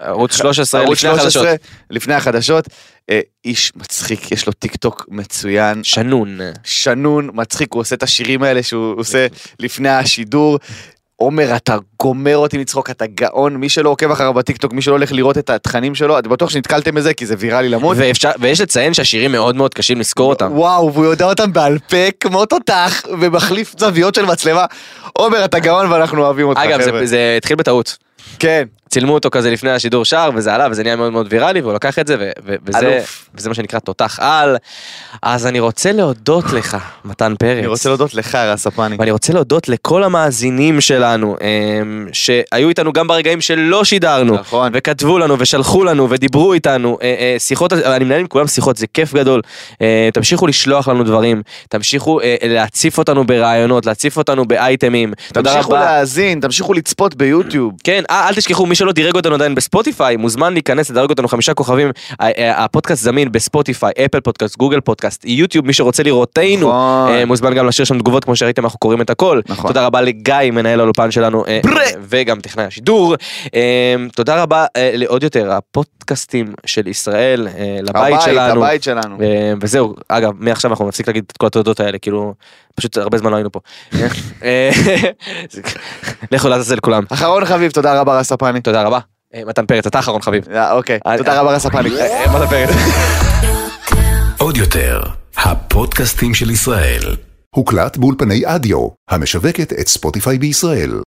ערוץ שלוש עשרה ערוץ לפני שלוש עשרה, החדשות. לפני החדשות, אה, איש מצחיק, יש לו טיק טוק מצוין, שנון. שנון, מצחיק, הוא עושה את השירים האלה שהוא עושה לפני השידור. עומר, אתה גומר אותי מצחוק, אתה גאון, מי שלא עוקב אחריו בטיקטוק, מי שלא הולך לראות את התכנים שלו, אני בטוח שנתקלתם בזה, כי זה ויראלי למות. ואפשר, ויש לציין שהשירים מאוד מאוד קשים לזכור אותם. וואו, והוא יודע אותם בעל פה, כמו תותח, ומחליף זוויות של מצלמה. עומר, אתה גאון ואנחנו אוהבים אותך, אגב, חבר'ה. זה, זה התחיל בטעות. כן. צילמו אותו כזה לפני השידור שער, וזה עלה, וזה נהיה מאוד מאוד ויראלי, והוא לקח את זה, ו- ו- וזה, אלוף. וזה מה שנקרא תותח על. אז אני רוצה להודות לך, מתן פרץ. אני רוצה להודות לך, רס הפני. ואני רוצה להודות לכל המאזינים שלנו, אמ, שהיו איתנו גם ברגעים שלא שידרנו, נכון. וכתבו לנו, ושלחו לנו, ודיברו איתנו, אה, אה, שיחות, אני מנהל עם כולם שיחות, זה כיף גדול. אה, תמשיכו לשלוח לנו דברים, תמשיכו אה, להציף אותנו ברעיונות, להציף אותנו באייטמים. תודה תמשיכו רבה. להאזין, תמשיכו לצפות ביוטיוב. כן, אה, אל תשכחו, מי שלא דירג אותנו עדיין בספוטיפיי, מוזמן להיכנס לדרג אותנו חמישה כוכבים. הפודקאסט זמין בספוטיפיי, אפל פודקאסט, גוגל פודקאסט, יוטיוב, מי שרוצה לראותנו, נכון. אה, מוזמן גם לשיר שם תגובות, כמו שראיתם, אנחנו קוראים את הכל. נכון. תודה רבה לגיא, מנהל האולפן שלנו, אה, בר! וגם טכנאי השידור. אה, תודה רבה אה, לעוד יותר, הפודקאסטים של ישראל, אה, לבית הבית, שלנו. הבית שלנו. אה, וזהו, אגב, מעכשיו אנחנו נפסיק להגיד את כל התודות האלה, כאילו, פשוט הרבה זמן לא היינו פה. אה, לכו לעזאזל כולם. אחרון חביב, תודה רבה, רס הפני. תודה רבה. אה, מתן פרץ, אתה אחרון חביב. אה, אוקיי, תודה רבה, רס הפני. אה, מתן פרץ. עוד יותר, הפודקאסטים של ישראל. הוקלט באולפני אדיו, המשווקת את ספוטיפיי בישראל.